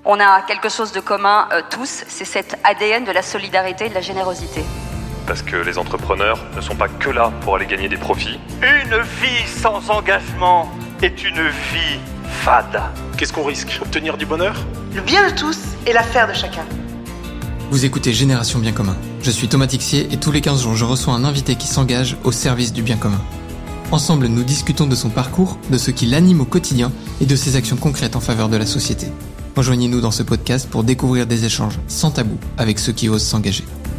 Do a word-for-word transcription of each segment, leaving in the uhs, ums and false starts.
On a quelque chose de commun euh, tous, c'est cet A D N de la solidarité et de la générosité. Parce que les entrepreneurs ne sont pas que là pour aller gagner des profits. Une vie sans engagement est une vie fade. Qu'est-ce qu'on risque ? Obtenir du bonheur ? Le bien de tous est l'affaire de chacun. Vous écoutez Génération Bien Commun. Je suis Thomas Tixier et tous les quinze jours, je reçois un invité qui s'engage au service du bien commun. Ensemble, nous discutons de son parcours, de ce qui l'anime au quotidien et de ses actions concrètes en faveur de la société. Rejoignez-nous dans ce podcast pour découvrir des échanges sans tabou avec ceux qui osent s'engager.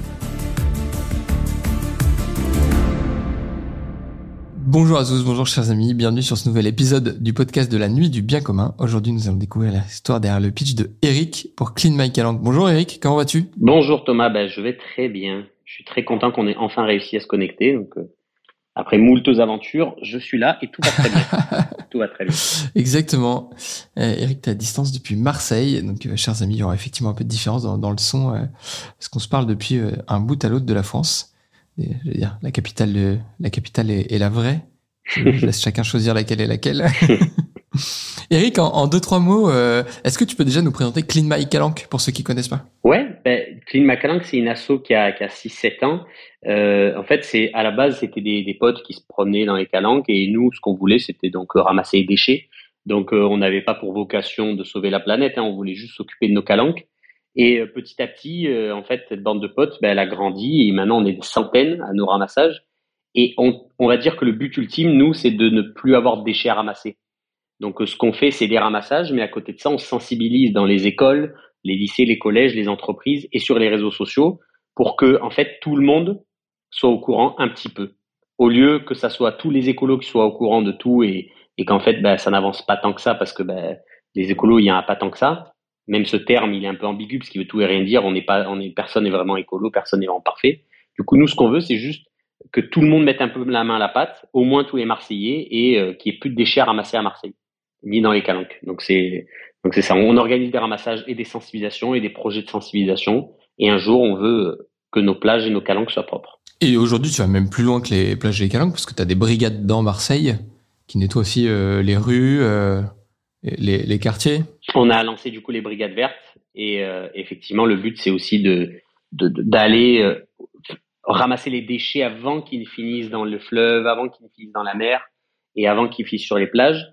Bonjour à tous, bonjour chers amis, bienvenue sur ce nouvel épisode du podcast de la Nuit du Bien Commun. Aujourd'hui, nous allons découvrir l'histoire derrière le pitch de Eric pour Clean My Calanque. Bonjour Eric, comment vas-tu ? Bonjour Thomas, ben, je vais très bien. Je suis très content qu'on ait enfin réussi à se connecter. Donc, euh, après moultes aventures, je suis là et tout va très bien. Tout va très bien. Exactement. Euh, Eric, tu es à distance depuis Marseille. Donc, euh, chers amis, il y aura effectivement un peu de différence dans, dans le son euh, parce qu'on se parle depuis euh, un bout à l'autre de la France. Et, je veux dire, la capitale, de, la capitale est, est la vraie. Je, je laisse chacun choisir laquelle est laquelle. Eric, en, en deux, trois mots, euh, est-ce que tu peux déjà nous présenter Clean My Calanque pour ceux qui connaissent pas ? Ouais, ben, Clean My Calanque, c'est une asso qui a, qui a six sept ans. Euh, en fait, c'est, à la base, c'était des, des potes qui se promenaient dans les calanques et nous, ce qu'on voulait, c'était donc euh, ramasser les déchets. Donc, euh, on n'avait pas pour vocation de sauver la planète, hein, on voulait juste s'occuper de nos calanques. Et euh, petit à petit, euh, en fait, cette bande de potes, ben, elle a grandi et maintenant, on est des centaines à nos ramassages. Et on, on va dire que le but ultime, nous, c'est de ne plus avoir de déchets à ramasser. Donc, euh, ce qu'on fait, c'est des ramassages, mais à côté de ça, on sensibilise dans les écoles, les lycées, les collèges, les entreprises et sur les réseaux sociaux pour que, en fait, tout le monde soit au courant un petit peu. Au lieu que ça soit tous les écolos qui soient au courant de tout et, et qu'en fait, ben, ça n'avance pas tant que ça parce que ben, les écolos, il n'y en a pas tant que ça. Même ce terme, il est un peu ambigu parce qu'il veut tout et rien dire. On n'est pas, on est, personne n'est vraiment écolo, personne n'est vraiment parfait. Du coup, nous, ce qu'on veut, c'est juste que tout le monde mette un peu la main à la pâte, au moins tous les Marseillais, et euh, qu'il n'y ait plus de déchets à ramasser à Marseille, ni dans les calanques. Donc c'est, donc c'est ça. On organise des ramassages et des sensibilisations et des projets de sensibilisation. Et un jour, on veut que nos plages et nos calanques soient propres. Et aujourd'hui, tu vas même plus loin que les plages et les calanques parce que tu as des brigades dans Marseille qui nettoient aussi euh, les rues, euh, les, les quartiers. On a lancé du coup les brigades vertes et euh, effectivement, le but, c'est aussi de, de, de d'aller euh, ramasser les déchets avant qu'ils ne finissent dans le fleuve, avant qu'ils ne finissent dans la mer et avant qu'ils finissent sur les plages.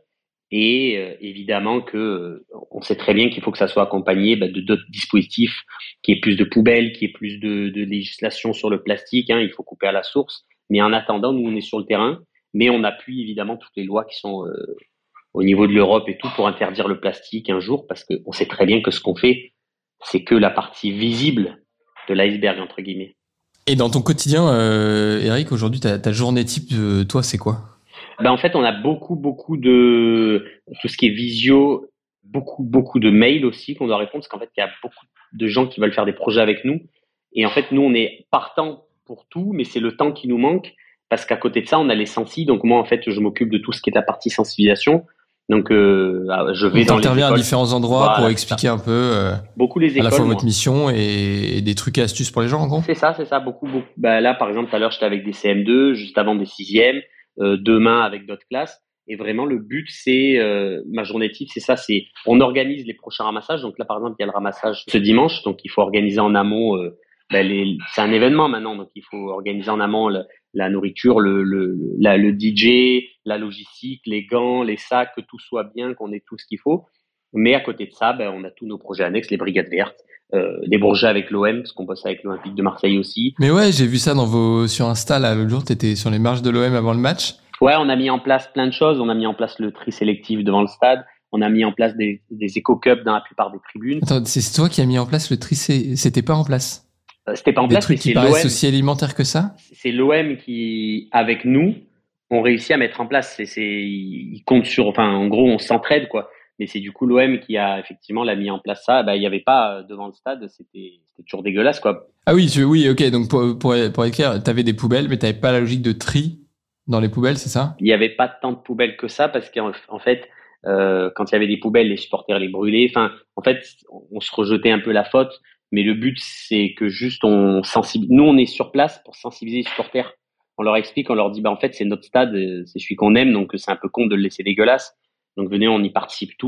Et euh, évidemment que euh, on sait très bien qu'il faut que ça soit accompagné bah, de d'autres dispositifs, qu'il y ait plus de poubelles, qu'il y ait plus de, de législation sur le plastique. Hein, il faut couper à la source. Mais en attendant, nous on est sur le terrain, mais on appuie évidemment toutes les lois qui sont euh, au niveau de l'Europe et tout pour interdire le plastique un jour, parce qu'on sait très bien que ce qu'on fait, c'est que la partie visible de l'iceberg entre guillemets. Et dans ton quotidien, euh, Eric, aujourd'hui, ta, ta journée type, euh, toi, c'est quoi ? Ben en fait, on a beaucoup, beaucoup de tout ce qui est visio, beaucoup, beaucoup de mails aussi qu'on doit répondre, parce qu'en fait, il y a beaucoup de gens qui veulent faire des projets avec nous. Et en fait, nous, on est partant pour tout, mais c'est le temps qui nous manque, parce qu'à côté de ça, on a les sensi. Donc moi, en fait, je m'occupe de tout ce qui est la partie sensibilisation. Donc, euh, je vais dans les écoles. à différents endroits voilà, pour expliquer un peu euh, beaucoup les écoles, à la fois moi. votre mission et, et des trucs et astuces pour les gens, en gros. C'est ça, c'est ça, beaucoup, beaucoup. Bah, là, par exemple, tout à l'heure, j'étais avec des C M deux, juste avant des sixièmes. Euh, demain avec d'autres classes et vraiment le but c'est euh, ma journée type c'est ça, c'est on organise les prochains ramassages. Donc là par exemple il y a le ramassage ce dimanche, donc il faut organiser en amont euh, ben, les, c'est un événement maintenant, donc il faut organiser en amont le, la nourriture, le, le, la, le D J, la logistique, les gants, les sacs, que tout soit bien, qu'on ait tout ce qu'il faut. Mais à côté de ça, ben, on a tous nos projets annexes, les brigades vertes, euh, les projets avec l'O M, parce qu'on bosse avec l'Olympique de Marseille aussi. Mais ouais, j'ai vu ça dans vos, sur Insta, là, l'autre jour, t'étais sur les marches de l'O M avant le match. Ouais, on a mis en place plein de choses. On a mis en place le tri sélectif devant le stade. On a mis en place des, des éco-cups dans la plupart des tribunes. Attends, c'est toi qui as mis en place le tri, c'était pas en place? euh, C'était pas en des place. Des trucs qui paraissent aussi élémentaires que ça? C'est l'O M qui, avec nous, ont réussi à mettre en place. C'est, c'est, ils comptent sur, enfin, en gros, on s'entraide, quoi. Mais c'est du coup l'O M qui a effectivement l'a mis en place ça. Bah, il y avait pas devant le stade, c'était, c'était toujours dégueulasse, quoi. Ah oui, tu, oui, ok. Donc pour, pour, pour être clair, t'avais des poubelles, mais t'avais pas la logique de tri dans les poubelles, c'est ça? Il y avait pas tant de poubelles que ça parce qu'en en fait, euh, quand il y avait des poubelles, les supporters les brûlaient. Enfin, en fait, on se rejetait un peu la faute. Mais le but, c'est que juste on sensibilise. Nous, on est sur place pour sensibiliser les supporters. On leur explique, on leur dit, bah en fait, c'est notre stade, c'est celui qu'on aime, donc c'est un peu con de le laisser dégueulasse. Donc venez, on y participe tous.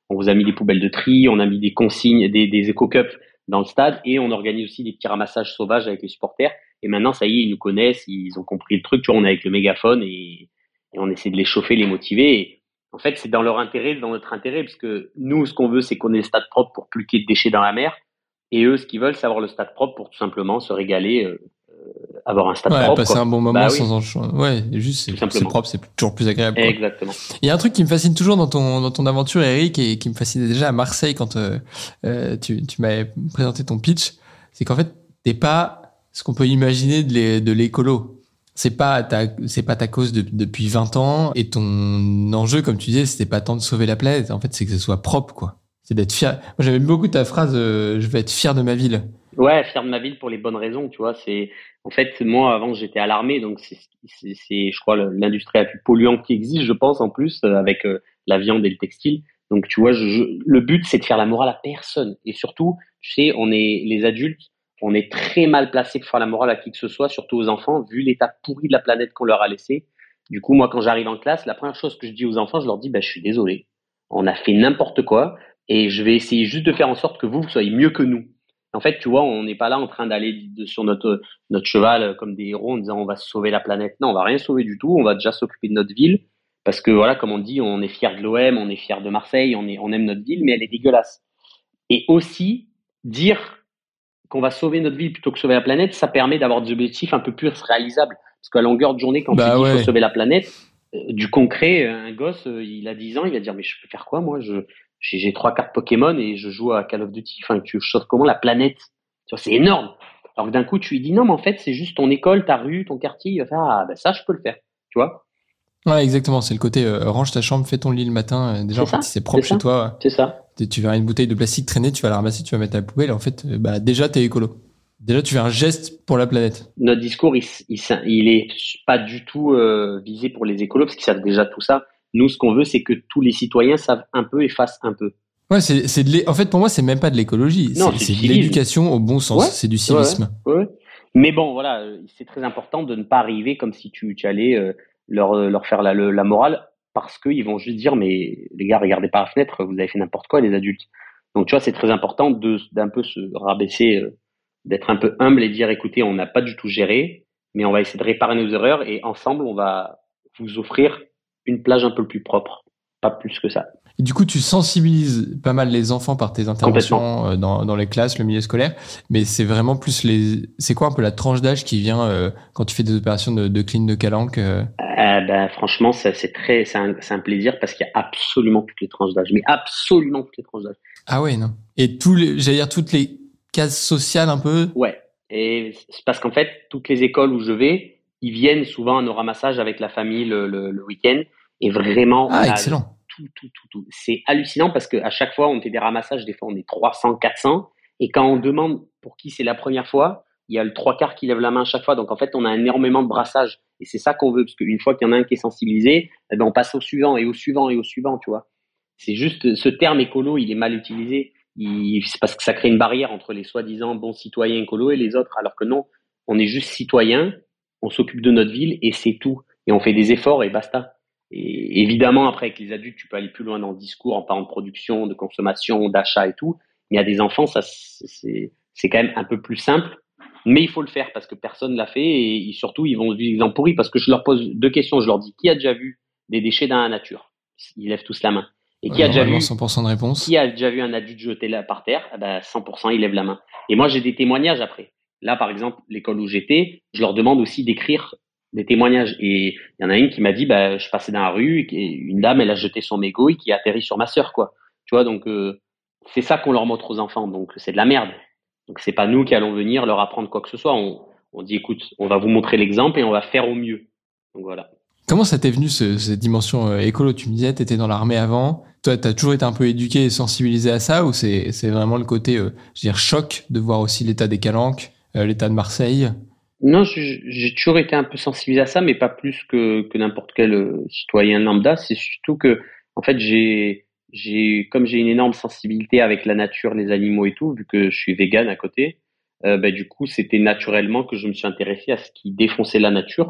on vous a mis des poubelles de tri, on a mis des consignes, des, des éco-cups dans le stade et on organise aussi des petits ramassages sauvages avec les supporters. Et maintenant, ça y est, ils nous connaissent, ils ont compris le truc. Tu vois, on est avec le mégaphone et, et on essaie de les chauffer, les motiver. Et en fait, c'est dans leur intérêt, c'est dans notre intérêt, parce que nous, ce qu'on veut, c'est qu'on ait le stade propre pour plus qu'il y ait de déchets dans la mer. Et eux, ce qu'ils veulent, c'est avoir le stade propre pour tout simplement se régaler, euh, avoir un stade ouais, propre. passer quoi. un bon moment bah, sans oui. enchaîner. Ouais, juste, c'est, c'est propre, c'est toujours plus agréable. Quoi. Exactement. Il y a un truc qui me fascine toujours dans ton, dans ton aventure, Eric, et qui me fascinait déjà à Marseille quand euh, euh, tu, tu m'avais présenté ton pitch, c'est qu'en fait, t'es pas ce qu'on peut imaginer de, l'é, de l'écolo. C'est pas ta, c'est pas ta cause de, depuis vingt ans, et ton enjeu, comme tu disais, c'était pas tant de sauver la planète. En fait, c'est que ce soit propre, quoi. C'est d'être fier. Moi, j'aimais beaucoup ta phrase, euh, je vais être fier de ma ville. Ouais, fier de ma ville pour les bonnes raisons, tu vois. C'est, en fait, moi, avant, j'étais à l'armée, donc c'est, c'est, c'est je crois, l'industrie la plus polluante qui existe, je pense, en plus, avec euh, la viande et le textile. Donc, tu vois, je, je, le but, c'est de faire la morale à personne. Et surtout, tu sais, on est, les adultes, on est très mal placés pour faire la morale à qui que ce soit, surtout aux enfants, vu l'état pourri de la planète qu'on leur a laissé. Du coup, moi, quand j'arrive en classe, la première chose que je dis aux enfants, je leur dis, bah, je suis désolé. On a fait n'importe quoi et je vais essayer juste de faire en sorte que vous, vous soyez mieux que nous. En fait, tu vois, on n'est pas là en train d'aller de, sur notre, notre cheval comme des héros en disant on va sauver la planète. Non, on va rien sauver du tout. On va déjà s'occuper de notre ville parce que voilà, comme on dit, on est fier de l'O M, on est fier de Marseille, on est, on aime notre ville, mais elle est dégueulasse. Et aussi, dire qu'on va sauver notre ville plutôt que sauver la planète, ça permet d'avoir des objectifs un peu plus réalisables. Parce qu'à longueur de journée, quand bah tu dis qu'il ouais. faut sauver la planète, euh, du concret, un gosse, euh, il a dix ans, il va dire mais je peux faire quoi moi je, j'ai, j'ai trois cartes Pokémon et je joue à Call of Duty. Enfin, tu sauves comment la planète? Tu vois, c'est énorme. Alors que d'un coup, tu lui dis non, mais en fait, c'est juste ton école, ta rue, ton quartier. Il va faire ah ben ça, je peux le faire. Tu vois? Ouais, exactement. C'est le côté euh, range ta chambre, fais ton lit le matin. Déjà, c'est en ça, fait, si c'est propre c'est chez ça, toi. C'est ça. Tu verras une bouteille de plastique traîner, tu vas la ramasser, tu vas mettre à la poubelle. Et en fait, bah déjà, t'es écolo. Déjà, tu fais un geste pour la planète. Notre discours, il, il, il est pas du tout euh, visé pour les écolos parce qu'ils savent déjà tout ça. Nous, ce qu'on veut, c'est que tous les citoyens savent un peu et fassent un peu. Ouais, c'est, c'est de l'é... en fait, pour moi, c'est même pas de l'écologie. Non, c'est, c'est, c'est de l'éducation au bon sens. Ouais, c'est du civisme. Ouais, ouais. Mais bon, voilà, c'est très important de ne pas arriver comme si tu, tu allais euh, leur, leur faire la, le, la morale parce qu'ils vont juste dire, mais les gars, regardez par la fenêtre, vous avez fait n'importe quoi, les adultes. Donc, tu vois, c'est très important de, d'un peu se rabaisser, euh, d'être un peu humble et dire, écoutez, on n'a pas du tout géré, mais on va essayer de réparer nos erreurs et ensemble, on va vous offrir une plage un peu plus propre. Pas plus que ça. Et du coup, tu sensibilises pas mal les enfants par tes interventions dans, dans les classes, le milieu scolaire, mais c'est vraiment plus les... C'est quoi un peu la tranche d'âge qui vient euh, quand tu fais des opérations de, de clean de calanque euh... euh, ben, Franchement, ça, c'est, très, c'est, un, c'est un plaisir parce qu'il y a absolument toutes les tranches d'âge, mais absolument toutes les tranches d'âge. Ah ouais, non. Et tous les, j'allais dire toutes les cases sociales un peu. Ouais, et c'est parce qu'en fait, toutes les écoles où je vais, ils viennent souvent à nos ramassages avec la famille le, le, le week-end, et vraiment... Ah, excellent. Tout, tout, tout, tout. C'est hallucinant parce qu'à chaque fois, on fait des ramassages, des fois on est trois cents, quatre cents, et quand on demande pour qui c'est la première fois, il y a le trois quarts qui lève la main à chaque fois, donc en fait, on a énormément de brassage, et c'est ça qu'on veut, parce qu'une fois qu'il y en a un qui est sensibilisé, eh ben, on passe au suivant, et au suivant, et au suivant, tu vois. C'est juste, ce terme écolo, il est mal utilisé, il, c'est parce que ça crée une barrière entre les soi-disant bons citoyens écolos et les autres, alors que non, on est juste citoyens, on s'occupe de notre ville, et c'est tout, et on fait des efforts, et basta. Et évidemment, après, avec les adultes, tu peux aller plus loin dans le discours en parlant de production, de consommation, d'achat et tout. Mais il y a des enfants, ça, c'est, c'est quand même un peu plus simple. Mais il faut le faire parce que personne ne l'a fait et surtout, ils vont vivre l'exemple pourri parce que je leur pose deux questions. Je leur dis, qui a déjà vu des déchets dans la nature? Ils lèvent tous la main. Et qui a déjà vu, cent pour cent de réponse. Qui a déjà vu un adulte jeter là par terre? Eh ben, cent pour cent, ils lèvent la main. Et moi, j'ai des témoignages après. Là, par exemple, l'école où j'étais, je leur demande aussi d'écrire des témoignages. Et il y en a une qui m'a dit, bah, je passais dans la rue, et une dame, elle a jeté son mégot et qui a atterri sur ma sœur, quoi. Tu vois, donc, euh, c'est ça qu'on leur montre aux enfants. Donc, c'est de la merde. Donc, c'est pas nous qui allons venir leur apprendre quoi que ce soit. On, on dit, écoute, on va vous montrer l'exemple et on va faire au mieux. Donc, voilà. Comment ça t'est venu, ce, cette dimension euh, écolo? Tu me disais, t'étais dans l'armée avant. Toi, t'as toujours été un peu éduqué et sensibilisé à ça, ou c'est, c'est vraiment le côté, euh, je veux dire, choc de voir aussi l'état des calanques, euh, l'état de Marseille? Non, j'ai, j'ai toujours été un peu sensibilisé à ça, mais pas plus que, que n'importe quel euh, citoyen lambda. C'est surtout que, en fait, j'ai, j'ai, comme j'ai une énorme sensibilité avec la nature, les animaux et tout, vu que je suis vegan à côté, euh, bah, du coup, c'était naturellement que je me suis intéressé à ce qui défonçait la nature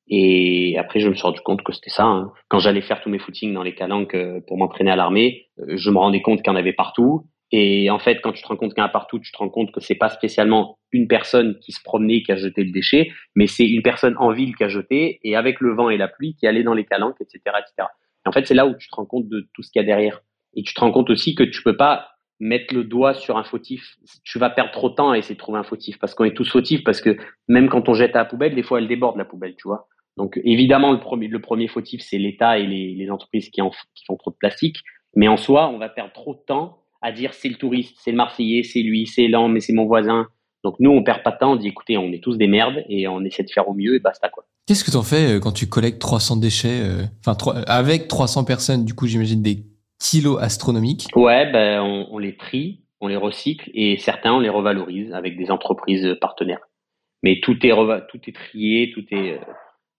Et après, je me suis rendu compte que c'était ça. Hein. Quand j'allais faire tous mes footings dans les calanques euh, pour m'entraîner à l'armée, euh, je me rendais compte qu'il y en avait partout. Et en fait, quand tu te rends compte qu'il y en a partout, tu te rends compte que c'est pas spécialement une personne qui se promenait qui a jeté le déchet, mais c'est une personne en ville qui a jeté et avec le vent et la pluie qui allait dans les calanques, et cetera, et cetera. Et en fait, c'est là où tu te rends compte de tout ce qu'il y a derrière. Et tu te rends compte aussi que tu peux pas mettre le doigt sur un fautif. Tu vas perdre trop de temps à essayer de trouver un fautif parce qu'on est tous fautifs parce que même quand on jette à la poubelle, des fois elle déborde la poubelle, tu vois. Donc évidemment, le premier, le premier fautif, c'est l'État et les, les entreprises qui, en, qui font trop de plastique. Mais en soi, on va perdre trop de temps à dire c'est le touriste, c'est le Marseillais, c'est lui, c'est l'homme, mais c'est mon voisin. Donc nous, on perd pas de temps, on dit écoutez, on est tous des merdes et on essaie de faire au mieux et basta quoi. Qu'est-ce que t'en fais quand tu collectes trois cents déchets, enfin euh, avec trois cents personnes, du coup j'imagine des kilos astronomiques? Ouais, ben on, on les trie, on les recycle et certains on les revalorise avec des entreprises partenaires. Mais tout est reva- tout est trié, tout est euh,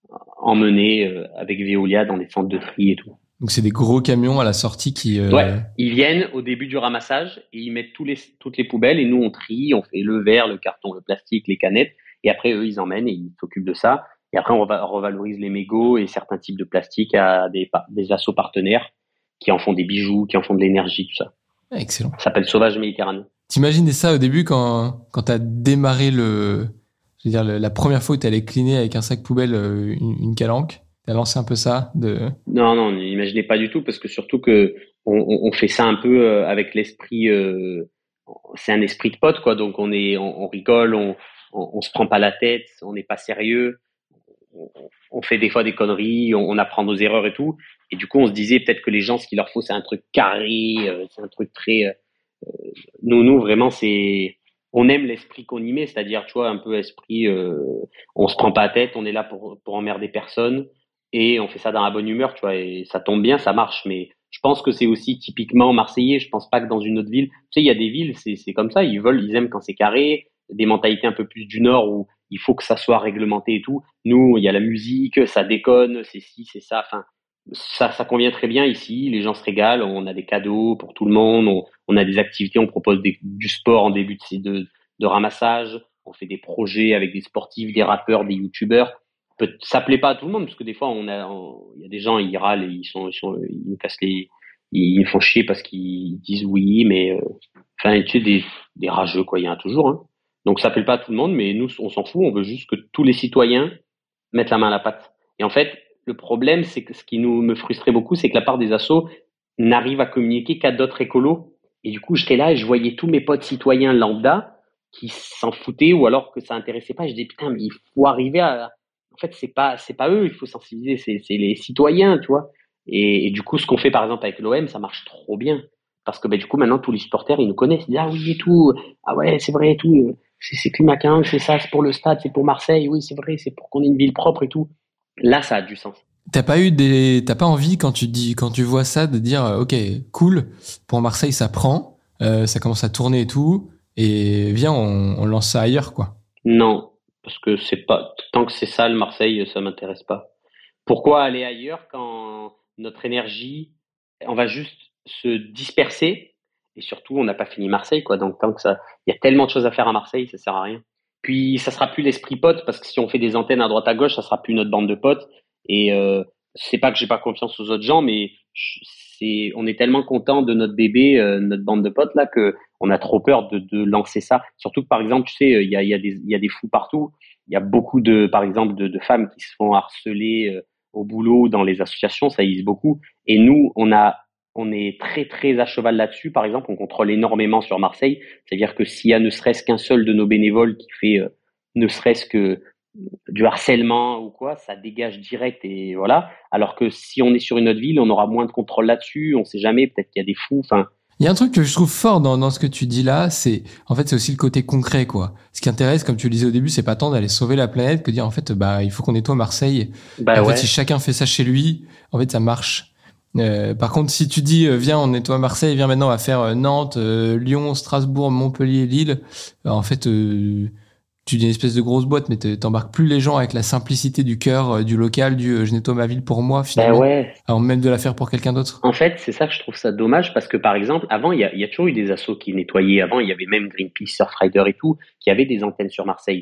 emmené euh, avec Veolia dans des centres de tri et tout. Donc c'est des gros camions à la sortie qui... Euh... Ouais, ils viennent au début du ramassage et ils mettent tous les, toutes les poubelles et nous on trie, on fait le verre, le carton, le plastique, les canettes et après eux ils emmènent et ils s'occupent de ça. Et après on reva- revalorise les mégots et certains types de plastique à des, des assos partenaires qui en font des bijoux, qui en font de l'énergie, tout ça. Ah, excellent. Ça s'appelle Sauvage Méditerranée. T'imagines ça au début quand, quand t'as démarré le... Je veux dire, le, la première fois où t'allais cleaner avec un sac poubelle une, une calanque? T'as lancé un peu ça de... Non, non, n'imaginez pas du tout, parce que surtout que on, on fait ça un peu euh, avec l'esprit, euh, c'est un esprit de pote, quoi. Donc on est, on, on rigole, on, on, on se prend pas la tête, on n'est pas sérieux, on, on fait des fois des conneries, on, on apprend nos erreurs et tout. Et du coup, on se disait peut-être que les gens, ce qu'il leur faut, c'est un truc carré, euh, c'est un truc très. Euh, nous, nous vraiment, c'est. On aime l'esprit qu'on y met, c'est-à-dire, tu vois, un peu esprit. Euh, on se prend pas la tête, on est là pour pour emmerder personne. Et on fait ça dans la bonne humeur, tu vois, et ça tombe bien, ça marche. Mais je pense que c'est aussi typiquement marseillais. Je pense pas que dans une autre ville, tu sais, il y a des villes, c'est c'est comme ça. Ils veulent, ils aiment quand c'est carré. Des mentalités un peu plus du Nord où il faut que ça soit réglementé et tout. Nous, il y a la musique, ça déconne, c'est ci, c'est ça. Enfin, ça, ça convient très bien ici. Les gens se régalent. On a des cadeaux pour tout le monde. On, on a des activités. On propose des, du sport en début de, de, de ramassage. On fait des projets avec des sportifs, des rappeurs, des youtubeurs. Ça plaît pas à tout le monde parce que des fois on a il y a des gens ils râlent et ils sont ils sont ils nous cassent les ils nous font chier parce qu'ils disent oui mais euh, enfin tu sais des des rageux quoi, il y en a toujours hein. Donc ça plaît pas à tout le monde mais nous on s'en fout, on veut juste que tous les citoyens mettent la main à la pâte. Et en fait le problème c'est que ce qui nous me frustrait beaucoup c'est que la part des assos n'arrive à communiquer qu'à d'autres écolos et du coup j'étais là et je voyais tous mes potes citoyens lambda qui s'en foutaient ou alors que ça intéressait pas. Je dis putain mais il faut arriver à en fait, c'est pas, c'est pas eux, il faut sensibiliser, c'est, c'est les citoyens, tu vois. Et, et du coup, ce qu'on fait, par exemple, avec l'O M, ça marche trop bien. Parce que, ben, du coup, maintenant, tous les supporters, ils nous connaissent. Ils disent, ah oui, et tout. Ah ouais, c'est vrai, et tout. C'est, c'est Climaquin, c'est ça, c'est pour le stade, c'est pour Marseille. Oui, c'est vrai, c'est pour qu'on ait une ville propre et tout. Là, ça a du sens. T'as pas eu des, t'as pas envie quand tu dis, quand tu vois ça, de dire, ok, cool, pour Marseille, ça prend, euh, ça commence à tourner et tout, et viens, on, on lance ça ailleurs, quoi. Non. Parce que c'est pas tant que c'est sale Marseille, ça m'intéresse pas. Pourquoi aller ailleurs quand notre énergie, on va juste se disperser et surtout on n'a pas fini Marseille quoi. Donc tant que ça, il y a tellement de choses à faire à Marseille, ça sert à rien. Puis ça sera plus l'esprit pote parce que si on fait des antennes à droite à gauche, ça sera plus notre bande de potes. Et euh, c'est pas que j'ai pas confiance aux autres gens, mais c'est on est tellement content de notre bébé, euh, notre bande de potes là que on a trop peur de, de lancer ça. Surtout que, par exemple, tu sais, il y a, y a des, il y a des fous partout. Il y a beaucoup de, par exemple, de, de femmes qui se font harceler euh, au boulot, dans les associations, ça existe beaucoup. Et nous, on a, on est très, très à cheval là-dessus. Par exemple, on contrôle énormément sur Marseille. C'est-à-dire que s'il y a ne serait-ce qu'un seul de nos bénévoles qui fait, euh, ne serait-ce que du harcèlement ou quoi, ça dégage direct et voilà. Alors que si on est sur une autre ville, on aura moins de contrôle là-dessus. On sait jamais, peut-être qu'il y a des fous, enfin, il y a un truc que je trouve fort dans, dans ce que tu dis là, c'est en fait c'est aussi le côté concret quoi. Ce qui intéresse, comme tu le disais au début, c'est pas tant d'aller sauver la planète que de dire en fait bah il faut qu'on nettoie Marseille. Bah en ouais. fait si chacun fait ça chez lui, en fait ça marche. Euh, par contre si tu dis euh, viens on nettoie Marseille, viens maintenant on va faire euh, Nantes, euh, Lyon, Strasbourg, Montpellier, Lille, euh, en fait euh, tu dis une espèce de grosse boîte mais t'embarques plus les gens avec la simplicité du cœur, euh, du local, du euh, je nettoie ma ville pour moi finalement. Bah ouais. Avant même de la faire pour quelqu'un d'autre. En fait, c'est ça que je trouve ça dommage parce que par exemple, avant, il y a, il y a toujours eu des assos qui nettoyaient. Avant, il y avait même Greenpeace, Surfrider et tout, qui avaient des antennes sur Marseille.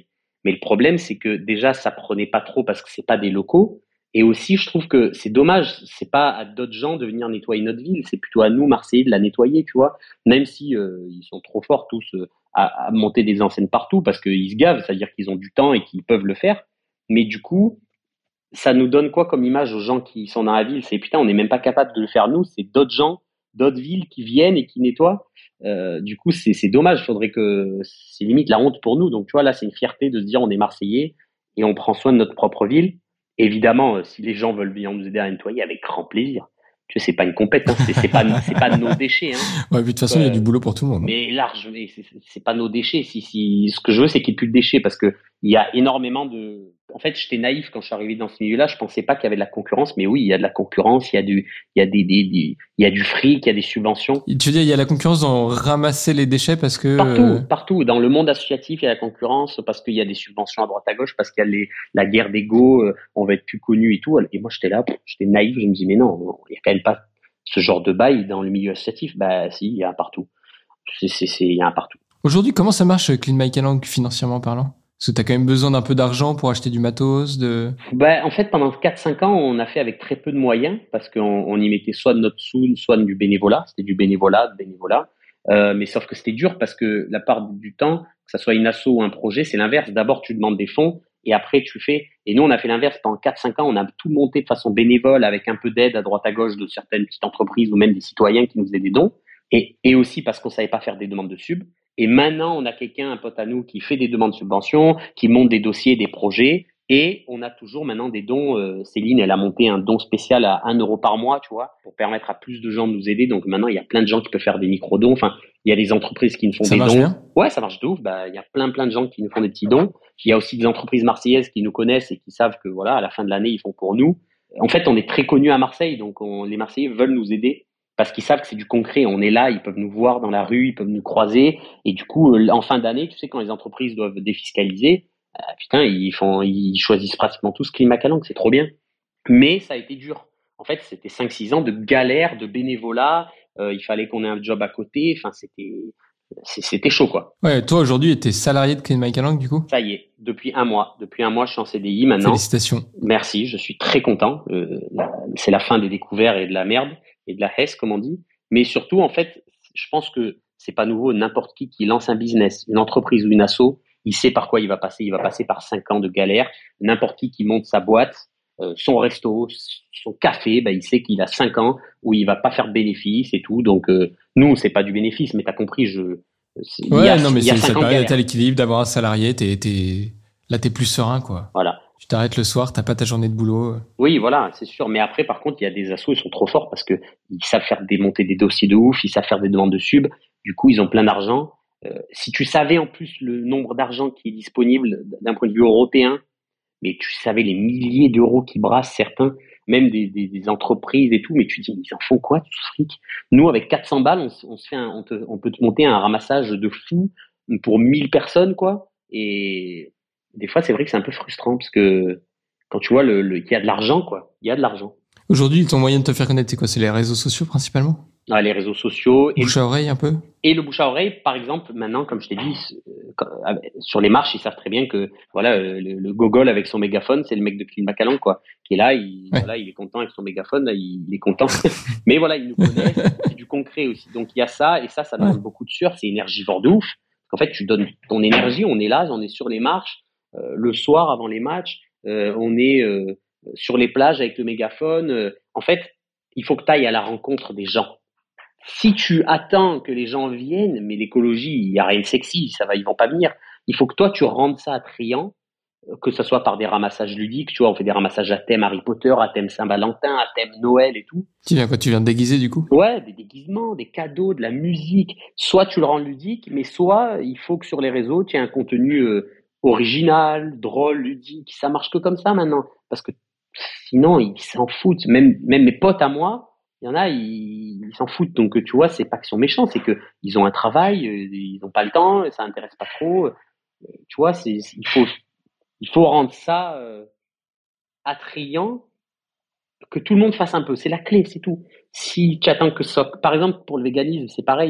Mais le problème, c'est que déjà, ça prenait pas trop parce que c'est pas des locaux. Et aussi, je trouve que c'est dommage, c'est pas à d'autres gens de venir nettoyer notre ville, c'est plutôt à nous, Marseillais, de la nettoyer, tu vois. Même si euh, ils sont trop forts tous euh, à, à monter des enseignes partout parce qu'ils se gavent, c'est-à-dire qu'ils ont du temps et qu'ils peuvent le faire. Mais du coup, ça nous donne quoi comme image aux gens qui sont dans la ville? C'est putain, on n'est même pas capable de le faire nous, c'est d'autres gens, d'autres villes qui viennent et qui nettoient. Euh, du coup, c'est, c'est dommage, faudrait que, c'est limite la honte pour nous. Donc, tu vois, là, c'est une fierté de se dire on est Marseillais et on prend soin de notre propre ville. Évidemment, euh, si les gens veulent venir nous aider à nettoyer, avec grand plaisir. Tu sais, c'est pas une compète, hein, c'est, c'est pas, c'est pas nos déchets, hein. Ouais, puis de toute façon, il y a du boulot pour tout le monde. Mais large, mais c'est, c'est pas nos déchets. Si, si, ce que je veux, c'est qu'il n'y ait plus de déchets parce que il y a énormément de. En fait, j'étais naïf quand je suis arrivé dans ce milieu-là. Je pensais pas qu'il y avait de la concurrence, mais oui, il y a de la concurrence. Il y a du, il y a des, des, des il y a du fric, il y a des subventions. Tu veux dire, il y a la concurrence dans ramasser les déchets parce que partout, euh... partout. Dans le monde associatif, il y a la concurrence parce qu'il y a des subventions à droite à gauche, parce qu'il y a les, la guerre d'ego. Euh, on va être plus connu et tout. Et moi, j'étais là, j'étais naïf. Je me dis, mais non, il y a quand même pas ce genre de bail dans le milieu associatif. Bah, si, il y a un partout. C'est, c'est, c'est, il y a un partout. Aujourd'hui, comment ça marche, Clean My Calanque, financièrement parlant? Parce que t'as quand même besoin d'un peu d'argent pour acheter du matos, de... Bah, en fait, pendant quatre cinq ans, on a fait avec très peu de moyens parce qu'on on y mettait soit de notre sous, soit du bénévolat. C'était du bénévolat, de bénévolat. Euh, mais sauf que c'était dur parce que la part du temps, que ça soit une asso ou un projet, c'est l'inverse. D'abord, tu demandes des fonds et après, tu fais... Et nous, on a fait l'inverse. Pendant quatre cinq ans, on a tout monté de façon bénévole avec un peu d'aide à droite à gauche de certaines petites entreprises ou même des citoyens qui nous faisaient des dons. Et, et aussi parce qu'on savait pas faire des demandes de sub. Et maintenant, on a quelqu'un, un pote à nous, qui fait des demandes de subventions, qui monte des dossiers, des projets. Et on a toujours maintenant des dons. Euh, Céline, elle a monté un don spécial à un euro par mois, tu vois, pour permettre à plus de gens de nous aider. Donc maintenant, il y a plein de gens qui peuvent faire des micro-dons. Enfin, il y a des entreprises qui nous font ça des marche dons. Bien. Ouais, ça marche de ouf. Bah, il y a plein, plein de gens qui nous font des petits dons. Il y a aussi des entreprises marseillaises qui nous connaissent et qui savent que voilà, à la fin de l'année, ils font pour nous. En fait, on est très connus à Marseille, donc on, les Marseillais veulent nous aider. Parce qu'ils savent que c'est du concret. On est là, ils peuvent nous voir dans la rue, ils peuvent nous croiser. Et du coup, en fin d'année, tu sais, quand les entreprises doivent défiscaliser, euh, putain, ils font, ils choisissent pratiquement tous Clean My Calanque, c'est trop bien. Mais ça a été dur. En fait, c'était cinq six ans de galère, de bénévolat. Euh, il fallait qu'on ait un job à côté. Enfin, c'était, c'était chaud, quoi. Ouais, toi, aujourd'hui, t'es salarié de Clean My Calanque, du coup? Ça y est, depuis un mois. Depuis un mois, je suis en C D I maintenant. Félicitations. Merci, je suis très content. Euh, la, c'est la fin des découvertes et de la merde. Et de la hesse, comme on dit. Mais surtout, en fait, je pense que c'est pas nouveau. N'importe qui qui lance un business, une entreprise ou une asso, il sait par quoi il va passer. Il va passer par cinq ans de galère. N'importe qui qui monte sa boîte, euh, son resto, son café, ben, il sait qu'il a cinq ans où il va pas faire de bénéfice et tout. Donc, euh, nous, c'est pas du bénéfice, mais t'as compris, je... Ouais, il y a, non, mais il y a c'est, cinq ça ans de paraît galère. à l'équilibre d'avoir un salarié, t'es, t'es, là, t'es plus serein, quoi. Voilà. Tu t'arrêtes le soir, t'as pas ta journée de boulot. Oui, voilà, c'est sûr. Mais après, par contre, il y a des assos, ils sont trop forts parce que ils savent faire démonter des dossiers de ouf, ils savent faire des demandes de sub. Du coup, ils ont plein d'argent. Euh, si tu savais en plus le nombre d'argent qui est disponible d'un point de vue européen, mais tu savais les milliers d'euros qui brassent certains, même des, des, des entreprises et tout, mais tu te dis, mais ils en font quoi, tout ce fric? Nous, avec quatre cents balles, on, on se fait un, on, te, on peut te monter un ramassage de fou pour mille personnes, quoi. Et des fois, c'est vrai que c'est un peu frustrant parce que quand tu vois le, le, qu'il y a de l'argent, quoi, il y a de l'argent. Aujourd'hui, ton moyen de te faire connaître, c'est quoi? C'est les réseaux sociaux principalement? Ah, les réseaux sociaux. Bouche à oreille un peu? Et le bouche à oreille, par exemple, maintenant, comme je t'ai dit, sur les marches, ils savent très bien que voilà, le, le gogol avec son mégaphone, c'est le mec de Clean My Calanque, quoi, qui est là, il, ouais. voilà, il est content avec son mégaphone, là, il, il est content. Mais voilà, il nous connaît, c'est du concret aussi. Donc il y a ça, et ça, ça donne ouais. beaucoup de sueur, c'est énergivore de ouf. En fait, tu donnes ton énergie, on est là, on est sur les marches, euh, le soir avant les matchs, euh, on est euh, sur les plages avec le mégaphone. Euh, en fait, il faut que tu ailles à la rencontre des gens. Si tu attends que les gens viennent, mais l'écologie, il n'y a rien de sexy, ça va, ils vont pas venir. Il faut que toi, tu rendes ça attrayant, que ce soit par des ramassages ludiques, tu vois, on fait des ramassages à thème Harry Potter, à thème Saint-Valentin, à thème Noël et tout. Tu viens quoi, tu viens de déguiser du coup? Ouais, des déguisements, des cadeaux, de la musique. Soit tu le rends ludique, mais soit il faut que sur les réseaux, tu aies un contenu euh, original, drôle, ludique. Ça marche que comme ça maintenant, parce que sinon, ils s'en foutent. Même, même mes potes à moi, il y en a, ils, ils s'en foutent. Donc, tu vois, c'est pas qu'ils sont méchants, c'est que ils ont un travail, ils n'ont pas le temps, ça intéresse pas trop. Tu vois, c'est, il faut, il faut rendre ça euh, attrayant, que tout le monde fasse un peu. C'est la clé, c'est tout. Si tu attends que ça, par exemple, pour le véganisme, c'est pareil.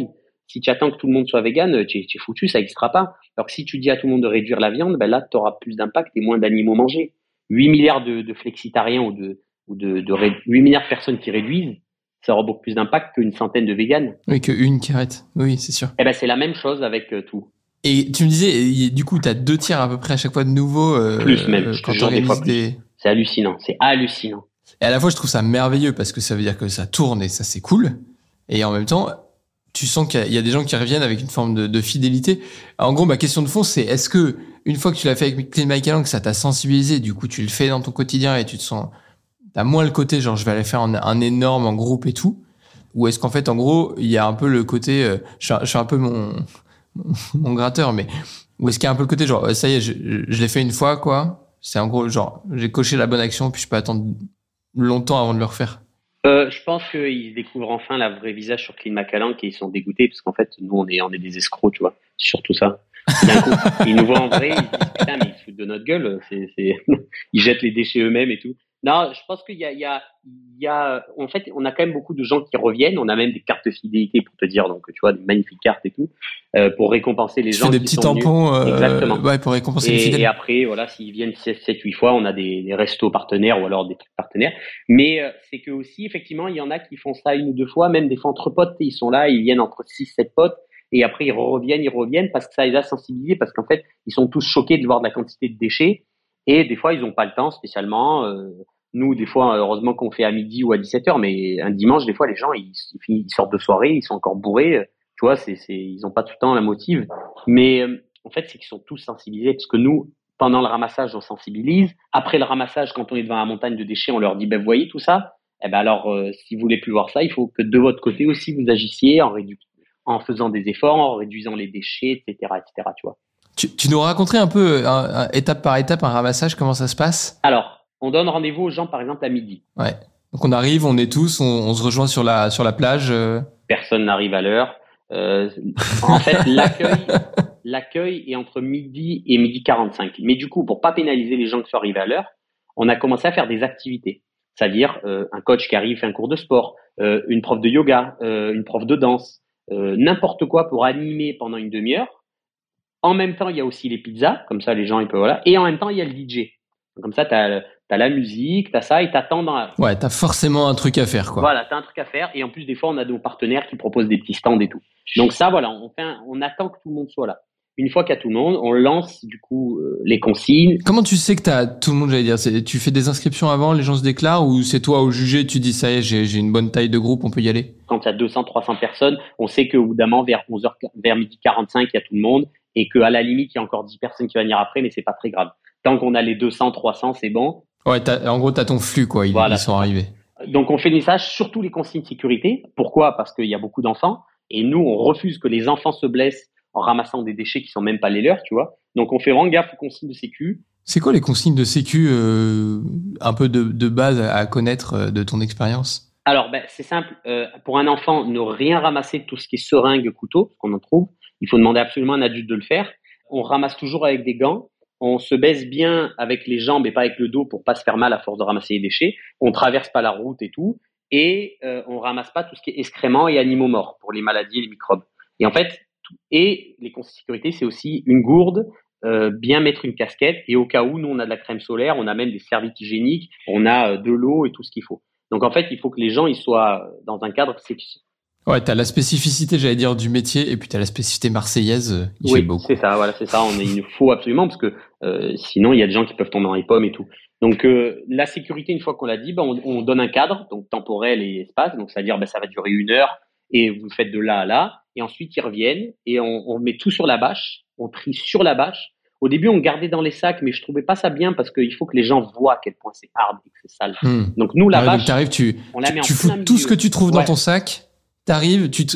Si tu attends que tout le monde soit vegan, tu es, tu es foutu, ça n'existera pas. Alors que si tu dis à tout le monde de réduire la viande, ben là, tu auras plus d'impact et moins d'animaux mangés. huit milliards de, de flexitariens ou de, ou de, de ré... huit milliards de personnes qui réduisent, ça aura beaucoup plus d'impact qu'une centaine de véganes. Oui, qu'une qui arrête. Oui, c'est sûr. Eh ben, c'est la même chose avec euh, tout. Et tu me disais, du coup, tu as deux tiers à peu près à chaque fois de nouveau. Euh, plus même, euh, je quand te jure, des fois des... plus. C'est hallucinant, c'est hallucinant. Et à la fois, je trouve ça merveilleux parce que ça veut dire que ça tourne et ça, c'est cool. Et en même temps, tu sens qu'il y a des gens qui reviennent avec une forme de, de fidélité. En gros, ma question de fond, c'est est-ce que une fois que tu l'as fait avec Clean My Calanque, ça t'a sensibilisé, du coup, tu le fais dans ton quotidien et tu te sens, t'as moins le côté genre je vais aller faire un, un énorme en groupe et tout, ou est-ce qu'en fait, en gros, il y a un peu le côté, euh, je, je suis un peu mon, mon, mon gratteur, mais ou est-ce qu'il y a un peu le côté genre ça y est, je, je l'ai fait une fois, quoi. C'est en gros genre j'ai coché la bonne action, puis je peux attendre longtemps avant de le refaire. Euh, je pense qu'ils découvrent enfin la vraie visage sur Clean My Calanque et ils sont dégoûtés parce qu'en fait, nous, on est, on est des escrocs, tu vois. C'est surtout ça. D'un coup, ils nous voient en vrai, ils se disent putain, mais ils se foutent de notre gueule. C'est, c'est... Ils jettent les déchets eux-mêmes et tout. Non, je pense qu'il y a, il y a, il y a, en fait, on a quand même beaucoup de gens qui reviennent. On a même des cartes de fidélité pour te dire, donc, tu vois, des magnifiques cartes et tout, euh, pour récompenser les tu gens fais des qui petits sont tampons, venus. Euh, Exactement. Ouais, pour récompenser et, les fidèles. Et après, voilà, s'ils viennent sept, huit fois, on a des, des restos partenaires ou alors des trucs partenaires. Mais euh, c'est que aussi, effectivement, il y en a qui font ça une ou deux fois, même des fois entre potes. Ils sont là, ils viennent entre six, sept potes. Et après, ils reviennent, ils reviennent parce que ça les a sensibilisés, parce qu'en fait, ils sont tous choqués de voir de la quantité de déchets. Et des fois, ils n'ont pas le temps spécialement. Euh, nous, des fois, heureusement qu'on fait à midi ou à dix-sept heures, mais un dimanche, des fois, les gens, ils, ils, ils sortent de soirée, ils sont encore bourrés. Tu vois, c'est, c'est, ils n'ont pas tout le temps la motive. Mais euh, en fait, c'est qu'ils sont tous sensibilisés, parce que nous, pendant le ramassage, on sensibilise. Après le ramassage, quand on est devant la montagne de déchets, on leur dit, ben, vous voyez tout ça? Eh ben alors, euh, si vous voulez plus voir ça, il faut que de votre côté aussi, vous agissiez en réduisant. en faisant des efforts, en réduisant les déchets, et cetera, et cetera, tu vois. Tu, tu nous raconterais un peu, un, un, étape par étape, un ramassage, comment ça se passe? Alors, on donne rendez-vous aux gens, par exemple, à midi. Ouais. Donc, on arrive, on est tous, on, on se rejoint sur la, sur la plage. Euh... Personne n'arrive à l'heure. Euh, en fait, l'accueil, l'accueil est entre midi et midi quarante-cinq. Mais du coup, pour pas pénaliser les gens qui sont arrivés à l'heure, on a commencé à faire des activités. C'est-à-dire, euh, un coach qui arrive fait un cours de sport, euh, une prof de yoga, euh, une prof de danse, Euh, n'importe quoi pour animer pendant une demi-heure. En même temps, il y a aussi les pizzas, comme ça les gens ils peuvent voilà. Et en même temps, il y a le D J. Comme ça, t'as t'as la musique, t'as ça et t'attends dans la... Ouais, t'as forcément un truc à faire, quoi. Voilà, t'as un truc à faire et en plus des fois on a nos partenaires qui proposent des petits stands et tout. Donc ça, voilà, on fait, un, on attend que tout le monde soit là. Une fois qu'il y a tout le monde, on lance du coup euh, les consignes. Comment tu sais que t'as tout le monde, j'allais dire, c'est, tu fais des inscriptions avant, les gens se déclarent, ou c'est toi au jugé, tu dis ça y est, j'ai, j'ai une bonne taille de groupe, on peut y aller? Quand il y a deux cents, trois cents personnes, on sait qu'au bout d'un moment, vers onze heures, vers midi quarante-cinq, il y a tout le monde, et qu'à la limite, il y a encore dix personnes qui vont venir après, mais c'est pas très grave. Tant qu'on a les deux cents, trois cents, c'est bon. Ouais, t'as, en gros, t'as ton flux, quoi, ils, voilà. ils sont arrivés. Donc on fait le message, surtout les consignes de sécurité. Pourquoi? Parce qu'il y a beaucoup d'enfants, et nous, on refuse que les enfants se blessent en ramassant des déchets qui sont même pas les leurs, tu vois. Donc on fait vraiment gaffe aux consignes de sécu. C'est quoi les consignes de sécu, euh, un peu de, de base à connaître euh, de ton expérience? Alors, ben, c'est simple. Euh, pour un enfant, ne rien ramasser de tout ce qui est seringue, couteau, parce qu'on en trouve. Il faut demander absolument à un adulte de le faire. On ramasse toujours avec des gants. On se baisse bien avec les jambes et pas avec le dos pour pas se faire mal à force de ramasser les déchets. On traverse pas la route et tout. Et euh, on ramasse pas tout ce qui est excréments et animaux morts pour les maladies et les microbes. Et en fait, et les consignes de sécurité, c'est aussi une gourde, euh, bien mettre une casquette, et au cas où, nous, on a de la crème solaire, on a même des serviettes hygiéniques, on a euh, de l'eau et tout ce qu'il faut. Donc, en fait, il faut que les gens ils soient dans un cadre sécurisé. Ouais, t'as la spécificité, j'allais dire, du métier, et puis t'as la spécificité marseillaise, il oui, fait beaucoup. c'est ça, voilà, c'est ça, on est, il nous faut absolument, parce que euh, sinon, il y a des gens qui peuvent tomber dans les pommes et tout. Donc, euh, la sécurité, une fois qu'on l'a dit, ben, on, on donne un cadre, donc temporel et espace, donc c'est-à-dire, ben, ça va durer une heure, et vous faites de là à là, et ensuite ils reviennent, et on, on met tout sur la bâche, on trie sur la bâche. Au début, on gardait dans les sacs, mais je trouvais pas ça bien parce qu'il faut que les gens voient à quel point c'est hard et que c'est sale. Mmh. Donc nous, la ouais, bâche, donc t'arrives, tu, on la met tu, en tu fous plein tout milieu. Ce que tu trouves ouais. dans ton sac, t'arrives, tu te...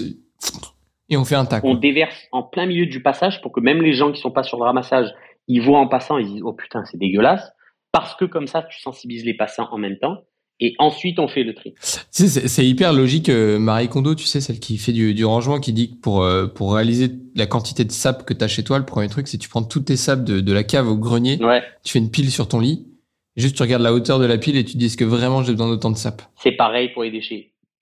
et on fait un tas. On déverse en plein milieu du passage pour que même les gens qui sont pas sur le ramassage, ils voient en passant, ils disent « Oh putain, c'est dégueulasse !» Parce que comme ça, tu sensibilises les passants en même temps. Et ensuite, on fait le tri. C'est, c'est, c'est hyper logique. Euh, Marie Kondo, tu sais, celle qui fait du, du rangement, qui dit que pour, euh, pour réaliser la quantité de sable que tu as chez toi, le premier truc, c'est que tu prends toutes tes sables de, de la cave au grenier, ouais. tu fais une pile sur ton lit, juste tu regardes la hauteur de la pile et tu te dis est-ce que vraiment j'ai besoin d'autant de sable? C'est pareil pour les déchets.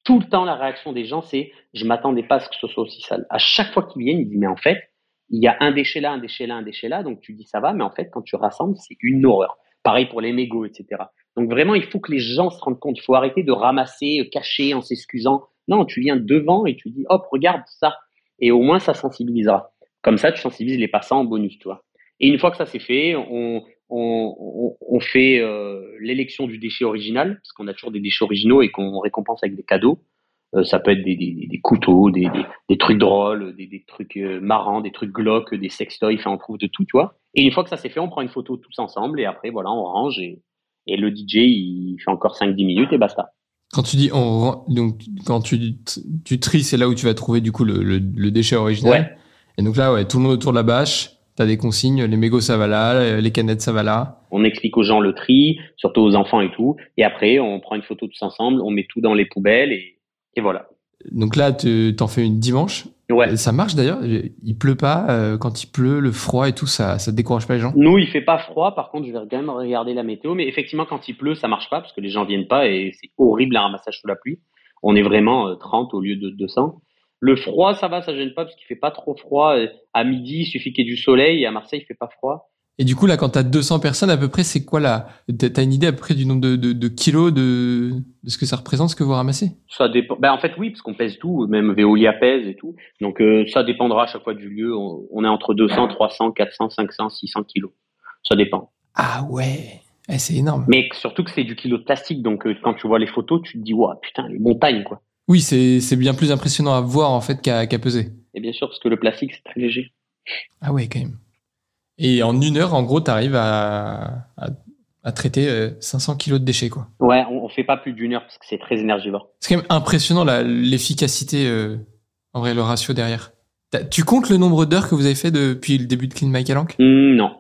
tout le temps, la réaction des gens, c'est « je m'attendais pas à ce que ce soit aussi sale ». À chaque fois qu'ils viennent, ils disent « mais en fait, il y a un déchet là, un déchet là, un déchet là ». Donc tu dis « ça va », mais en fait, quand tu rassembles, c'est une horreur. Pareil pour les mégots, et cetera. Donc vraiment, il faut que les gens se rendent compte. Il faut arrêter de ramasser, cacher en s'excusant. Non, tu viens devant et tu dis « hop, regarde ça ». Et au moins, ça sensibilisera. Comme ça, tu sensibilises les passants en bonus, tu vois. Et une fois que ça c'est fait, on, on, on, on fait euh, l'élection du déchet original, parce qu'on a toujours des déchets originaux et qu'on récompense avec des cadeaux. Euh, ça peut être des, des, des couteaux, des, des, des trucs drôles, des, des trucs euh, marrants, des trucs glauques, des sextoys, enfin on trouve de tout, tu vois. Et une fois que ça c'est fait, on prend une photo tous ensemble et après, voilà, on range et, et le D J, il fait encore cinq dix minutes et basta. Quand tu dis on, donc quand tu, tu tries, c'est là où tu vas trouver du coup le, le, le déchet original. Ouais. Et donc là, ouais, tout le monde autour de la bâche. T'as des consignes, les mégots ça va là, les canettes ça va là. On explique aux gens le tri, surtout aux enfants et tout. Et après, on prend une photo tous ensemble, on met tout dans les poubelles et, et voilà. Donc là, tu t'en fais une dimanche. Ouais. Ça marche d'ailleurs. Il pleut pas. Euh, quand il pleut, le froid et tout, ça, ça décourage pas les gens. Nous, il fait pas froid. Par contre, je vais quand même regarder la météo. Mais effectivement, quand il pleut, ça marche pas parce que les gens viennent pas et c'est horrible un ramassage sous la pluie. On est vraiment trente au lieu de deux cents. Le froid, ça va, ça gêne pas parce qu'il fait pas trop froid. À midi, il suffit qu'il y ait du soleil et à Marseille, il fait pas froid. Et du coup, là, quand t'as deux cents personnes, à peu près, c'est quoi là? T'as une idée à peu près du nombre de, de, de kilos de, de ce que ça représente, ce que vous ramassez? Ça dépend. Ben, en fait, oui, parce qu'on pèse tout, même Veolia pèse et tout. Donc, euh, ça dépendra à chaque fois du lieu. On, on est entre deux cents, trois cents, quatre cents, cinq cents, six cents kilos. Ça dépend. Ah ouais. Eh, c'est énorme. Mais surtout que c'est du kilo de plastique. Donc, euh, quand tu vois les photos, tu te dis, waouh, putain, les montagnes, quoi. Oui, c'est, c'est bien plus impressionnant à voir, en fait, qu'à, qu'à peser. Et bien sûr, parce que le plastique, c'est très léger. Ah ouais, quand même. Et en une heure, en gros, t'arrives à, à, à traiter euh, cinq cents kilos de déchets, quoi. Ouais, on, on fait pas plus d'une heure parce que c'est très énergivore. C'est quand même impressionnant, la, l'efficacité, euh, en vrai, le ratio derrière. T'as, tu comptes le nombre d'heures que vous avez fait depuis le début de Clean My Calanque? mmh, Non.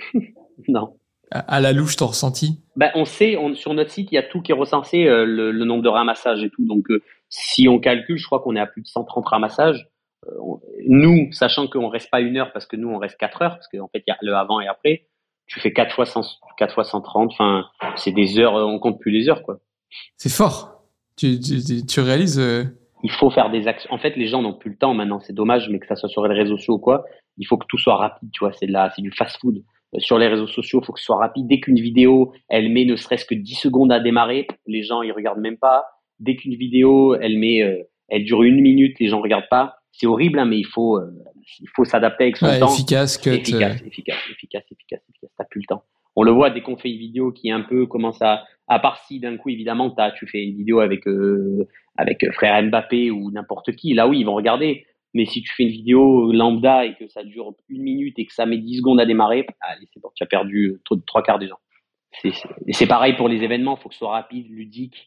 Non. À, à la louche, t'as ressenti? Ben, on sait, on, sur notre site, il y a tout qui est recensé, euh, le, le nombre de ramassages et tout. Donc, euh, si on calcule, je crois qu'on est à plus de cent trente ramassages. Euh, on, nous, sachant qu'on reste pas une heure parce que nous, on reste quatre heures, parce qu'en fait, il y a le avant et après. Tu fais quatre fois cent, quatre fois cent trente. Enfin, c'est des heures, on compte plus les heures, quoi. C'est fort. Tu, tu, tu réalises, euh... Il faut faire des actions. En fait, les gens n'ont plus le temps maintenant. C'est dommage, mais que ça soit sur les réseaux sociaux ou quoi. Il faut que tout soit rapide, tu vois. C'est de la, c'est du fast-food. Sur les réseaux sociaux, il faut que ce soit rapide. Dès qu'une vidéo, elle met ne serait-ce que dix secondes à démarrer, les gens, ils regardent même pas. Dès qu'une vidéo, elle met, euh, elle dure une minute, les gens regardent pas. C'est horrible, hein, mais il faut, euh, il faut s'adapter avec son ouais, temps. Efficace, cut, efficace, euh... efficace, efficace, efficace, efficace. T'as plus le temps. On le voit dès qu'on fait une vidéo qui un peu commence à, à part si d'un coup, évidemment, t'as, tu fais une vidéo avec, euh, avec frère Mbappé ou n'importe qui. Là, oui, ils vont regarder. Mais si tu fais une vidéo lambda et que ça dure une minute et que ça met dix secondes à démarrer, allez, c'est bon, tu as perdu trois quarts des gens. C'est, c'est, et c'est pareil pour les événements, il faut que ce soit rapide, ludique.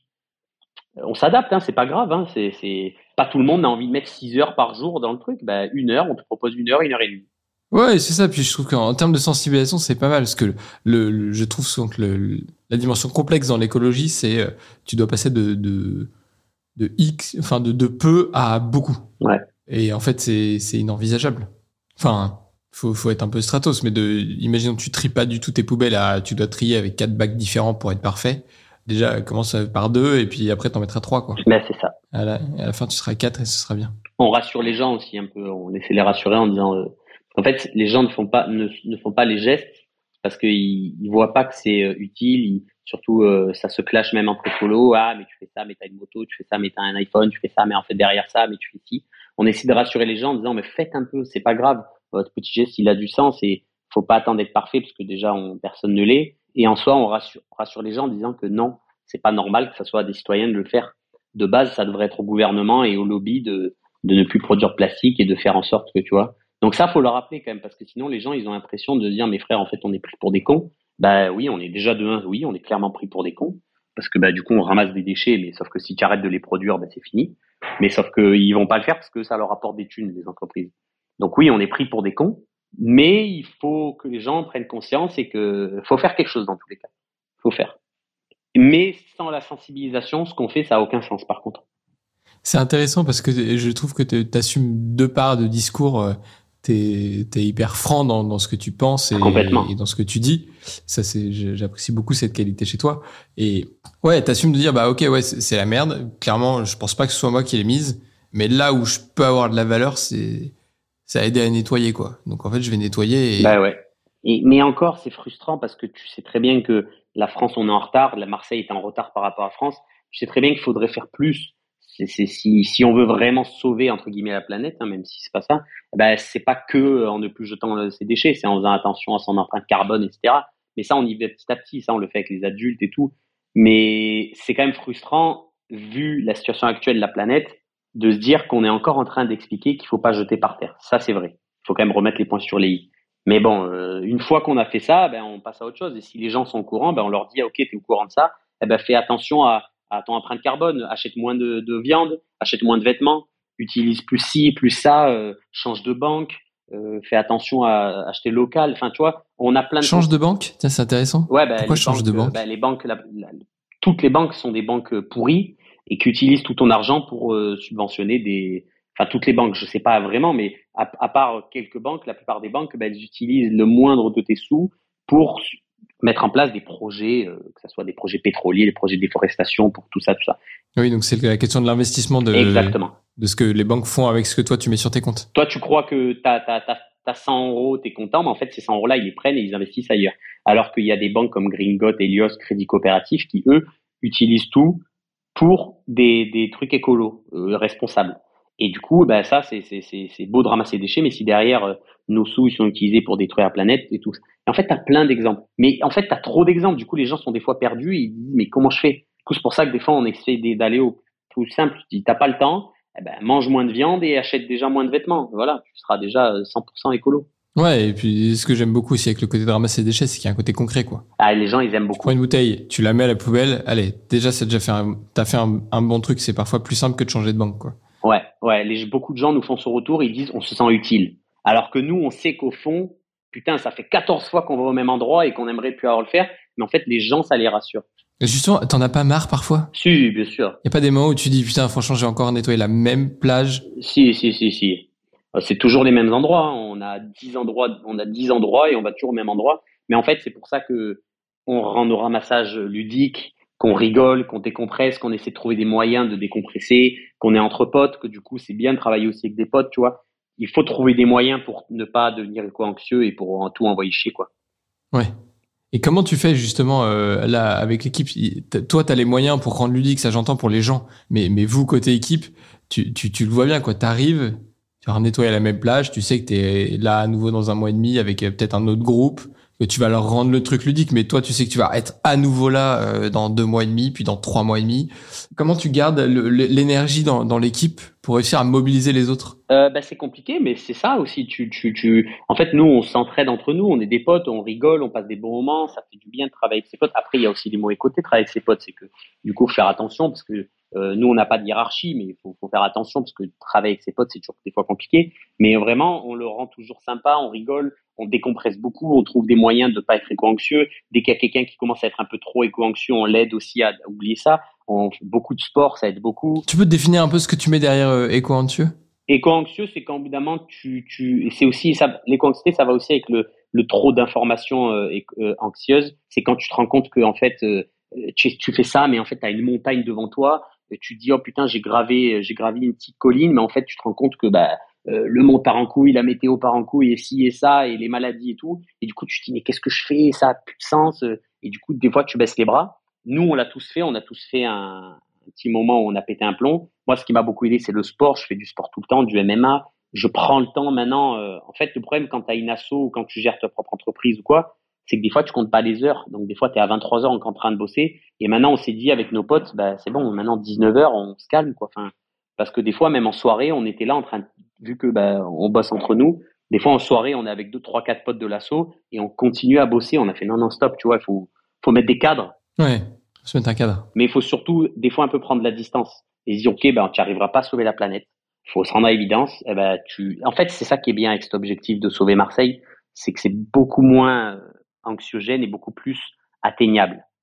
On s'adapte, hein, c'est pas grave. Hein, c'est, c'est... Pas tout le monde a envie de mettre six heures par jour dans le truc. Bah, une heure, on te propose une heure, une heure et demie. Ouais, c'est ça. Puis je trouve qu'en termes de sensibilisation, c'est pas mal. Parce que le, le, je trouve souvent que le, le, la dimension complexe dans l'écologie, c'est euh, tu dois passer de, de, de X, enfin de, de peu à beaucoup. Ouais. Et en fait, c'est, c'est inenvisageable. Enfin, faut, faut être un peu stratos, mais de, imaginons que tu tries pas du tout tes poubelles à, tu dois trier avec quatre bacs différents pour être parfait. Déjà, commence par deux, et puis après, t'en mettras trois, quoi. Ben, c'est ça. À la, à la fin, tu seras quatre et ce sera bien. On rassure les gens aussi un peu. On essaie de les rassurer en disant, euh, en fait, les gens ne font pas, ne, ne font pas les gestes parce qu'ils, ils voient pas que c'est euh, utile. Ils, surtout, euh, ça se clash même entre polos. Ah, mais tu fais ça, mais t'as une moto, tu fais ça, mais t'as un iPhone, tu fais ça, mais en fait, derrière ça, mais tu fais ci. On essaie de rassurer les gens en disant, mais faites un peu, c'est pas grave. Votre petit geste, il a du sens et faut pas attendre d'être parfait parce que déjà, on, personne ne l'est. Et en soi, on rassure, on rassure les gens en disant que non, c'est pas normal que ça soit à des citoyens de le faire. De base, ça devrait être au gouvernement et au lobby de, de ne plus produire de plastique et de faire en sorte que, tu vois. Donc ça, faut le rappeler quand même, parce que sinon, les gens, ils ont l'impression de dire, mes frères, en fait, on est pris pour des cons. Bah oui, on est déjà de un, oui, on est clairement pris pour des cons. Parce que, bah, du coup, on ramasse des déchets, mais sauf que si tu arrêtes de les produire, bah, c'est fini. Mais sauf qu'ils vont pas le faire parce que ça leur apporte des thunes, les entreprises. Donc oui, on est pris pour des cons, mais il faut que les gens prennent conscience et que faut faire quelque chose dans tous les cas. Faut faire. Mais sans la sensibilisation, ce qu'on fait, ça a aucun sens, par contre. C'est intéressant parce que je trouve que tu assumes deux parts de discours. t'es, t'es hyper franc dans, dans ce que tu penses et, et dans ce que tu dis. Ça, c'est, j'apprécie beaucoup cette qualité chez toi. Et ouais, t'assumes de dire, bah, ok, ouais, c'est, c'est la merde. Clairement, je pense pas que ce soit moi qui l'ai mise. Mais là où je peux avoir de la valeur, c'est, ça a aidé à nettoyer, quoi. Donc, en fait, je vais nettoyer et... Bah ouais. Et, mais encore, c'est frustrant parce que tu sais très bien que la France, on est en retard. La Marseille est en retard par rapport à la France. Tu sais très bien qu'il faudrait faire plus. C'est, c'est, si, si on veut vraiment sauver, entre guillemets, la planète, hein, même si c'est pas ça, ben, c'est pas que en ne plus jetant ses déchets, c'est en faisant attention à son empreinte carbone, et cetera. Mais ça, on y va petit à petit. Ça, on le fait avec les adultes et tout. Mais c'est quand même frustrant, vu la situation actuelle de la planète, de se dire qu'on est encore en train d'expliquer qu'il faut pas jeter par terre. Ça, c'est vrai. Il faut quand même remettre les points sur les i. Mais bon, euh, une fois qu'on a fait ça, ben, on passe à autre chose. Et si les gens sont au courant, ben, on leur dit, ah, ok, t'es au courant de ça, eh ben, fais attention à, à ton empreinte carbone, achète moins de, de viande, achète moins de vêtements, utilise plus ci, plus ça, euh, change de banque, euh, fais attention à acheter local. Enfin, tu vois, on a plein de... Change de banque? Tiens, c'est intéressant. Ouais, ben, pourquoi change de banque? Ben, les banques, la, la, toutes les banques sont des banques pourries et qui utilisent tout ton argent pour euh, subventionner des... Enfin, toutes les banques, je sais pas vraiment, mais à, à part quelques banques, la plupart des banques, ben, elles utilisent le moindre de tes sous pour mettre en place des projets, euh, que ce soit des projets pétroliers, des projets de déforestation, pour tout ça, tout ça. Oui, donc c'est la question de l'investissement de, Exactement. de ce que les banques font avec ce que toi, tu mets sur tes comptes. Toi, tu crois que t'as, t'as, t'as, t'as cent euros, t'es content, mais en fait, ces cent euros-là, ils les prennent et ils investissent ailleurs. Alors qu'il y a des banques comme Gringot, Helios, Crédit Coopératif qui, eux, utilisent tout pour des, des trucs écolos, euh, responsables. Et du coup, ben ça, c'est, c'est, c'est, c'est beau de ramasser des déchets, mais si derrière, euh, nos sous, ils sont utilisés pour détruire la planète et tout. Et en fait, t'as plein d'exemples. Mais en fait, t'as trop d'exemples. Du coup, les gens sont des fois perdus et ils disent, mais comment je fais? Du coup, c'est pour ça que des fois, on essaie d'aller au plus simple. Tu dis, t'as pas le temps, eh ben, mange moins de viande et achète déjà moins de vêtements. Voilà, tu seras déjà cent pour cent écolo. Ouais, et puis ce que j'aime beaucoup aussi avec le côté de ramasser des déchets, c'est qu'il y a un côté concret, quoi. Ah, les gens, ils aiment beaucoup. Tu prends une bouteille, tu la mets à la poubelle, allez, déjà, c'est déjà fait un, t'as fait un, un bon truc, c'est parfois plus simple que de changer de banque, quoi. Ouais, ouais, les, beaucoup de gens nous font ce retour, ils disent on se sent utile. Alors que nous, on sait qu'au fond, putain, ça fait quatorze fois qu'on va au même endroit et qu'on aimerait plus avoir le faire, mais en fait, les gens, ça les rassure. Et justement, t'en as pas marre parfois? Si, bien sûr. Y a pas des moments où tu dis putain, franchement, j'ai encore nettoyé la même plage? Si, si, si, si. C'est toujours les mêmes endroits. On a dix endroits, on a dix endroits et on va toujours au même endroit. Mais en fait, c'est pour ça que on rend nos ramassages ludiques, qu'on rigole, qu'on décompresse, qu'on essaie de trouver des moyens de décompresser, qu'on est entre potes, que du coup, c'est bien de travailler aussi avec des potes, tu vois. Il faut trouver des moyens pour ne pas devenir éco-anxieux et pour tout envoyer chier, quoi. Ouais. Et comment tu fais justement euh, là avec l'équipe? Toi, t'as les moyens pour rendre ludique, ça j'entends pour les gens. Mais mais vous côté équipe, tu tu tu le vois bien, quoi. T'arrives, tu vas nettoyer la même plage, tu sais que t'es là à nouveau dans un mois et demi avec euh, peut-être un autre groupe, que tu vas leur rendre le truc ludique, mais toi tu sais que tu vas être à nouveau là euh, dans deux mois et demi, puis dans trois mois et demi. Comment tu gardes le, l'énergie dans, dans l'équipe pour réussir à mobiliser les autres? euh, bah, c'est compliqué, mais c'est ça aussi. Tu, tu, tu... En fait, nous, on s'entraide entre nous, on est des potes, on rigole, on passe des bons moments, ça fait du bien de travailler avec ses potes. Après, il y a aussi des mauvais côtés de travailler avec ses potes, c'est que du coup, faut faire attention parce que euh, nous, on n'a pas de hiérarchie, mais il faut, faut faire attention parce que travailler avec ses potes, c'est toujours des fois compliqué. Mais vraiment, on le rend toujours sympa, on rigole, on décompresse beaucoup, on trouve des moyens de pas être éco-anxieux. Dès qu'il y a quelqu'un qui commence à être un peu trop éco-anxieux, on l'aide aussi à oublier ça. On fait beaucoup de sport, ça aide beaucoup. Tu peux te définir un peu ce que tu mets derrière euh, éco-anxieux? Éco-anxieux, c'est quand évidemment tu, tu, c'est aussi ça. L'éco-anxiété, ça va aussi avec le, le trop d'informations euh, euh, anxieuses. C'est quand tu te rends compte que en fait, euh, tu, tu fais ça, mais en fait, t'as une montagne devant toi. Et tu te dis oh putain, j'ai gravé, j'ai gravi une petite colline, mais en fait, tu te rends compte que bah euh, le monde part en couille, la météo part en couille, et ci et ça, et les maladies et tout. Et du coup, tu te dis mais qu'est-ce que je fais? Ça a plus de sens. Et du coup, des fois, tu baisses les bras. Nous, on l'a tous fait. On a tous fait un, un petit moment où on a pété un plomb. Moi, ce qui m'a beaucoup aidé, c'est le sport. Je fais du sport tout le temps, du M M A. Je prends le temps maintenant. Euh, en fait, le problème quand tu as une asso ou quand tu gères ta propre entreprise ou quoi, c'est que des fois, tu comptes pas les heures. Donc, des fois, tu es à vingt-trois heures encore en train de bosser. Et maintenant, on s'est dit avec nos potes, bah, c'est bon, maintenant, dix-neuf heures, on se calme, quoi. Enfin, parce que des fois, même en soirée, on était là en train de, vu que, bah, on bosse entre nous. Des fois, en soirée, on est avec deux, trois, quatre potes de l'asso et on continue à bosser. On a fait non, non, stop, tu vois, il faut, faut mettre des cadres. Ouais. Se mettre un cadre. Mais il faut surtout, des fois, un peu prendre la distance et se dire, OK, ben, tu n'arriveras pas à sauver la planète. Il faut se rendre à l'évidence. Eh ben, tu, en fait, c'est ça qui est bien avec cet objectif de sauver Marseille. C'est que c'est beaucoup moins anxiogène et beaucoup plus atteignable.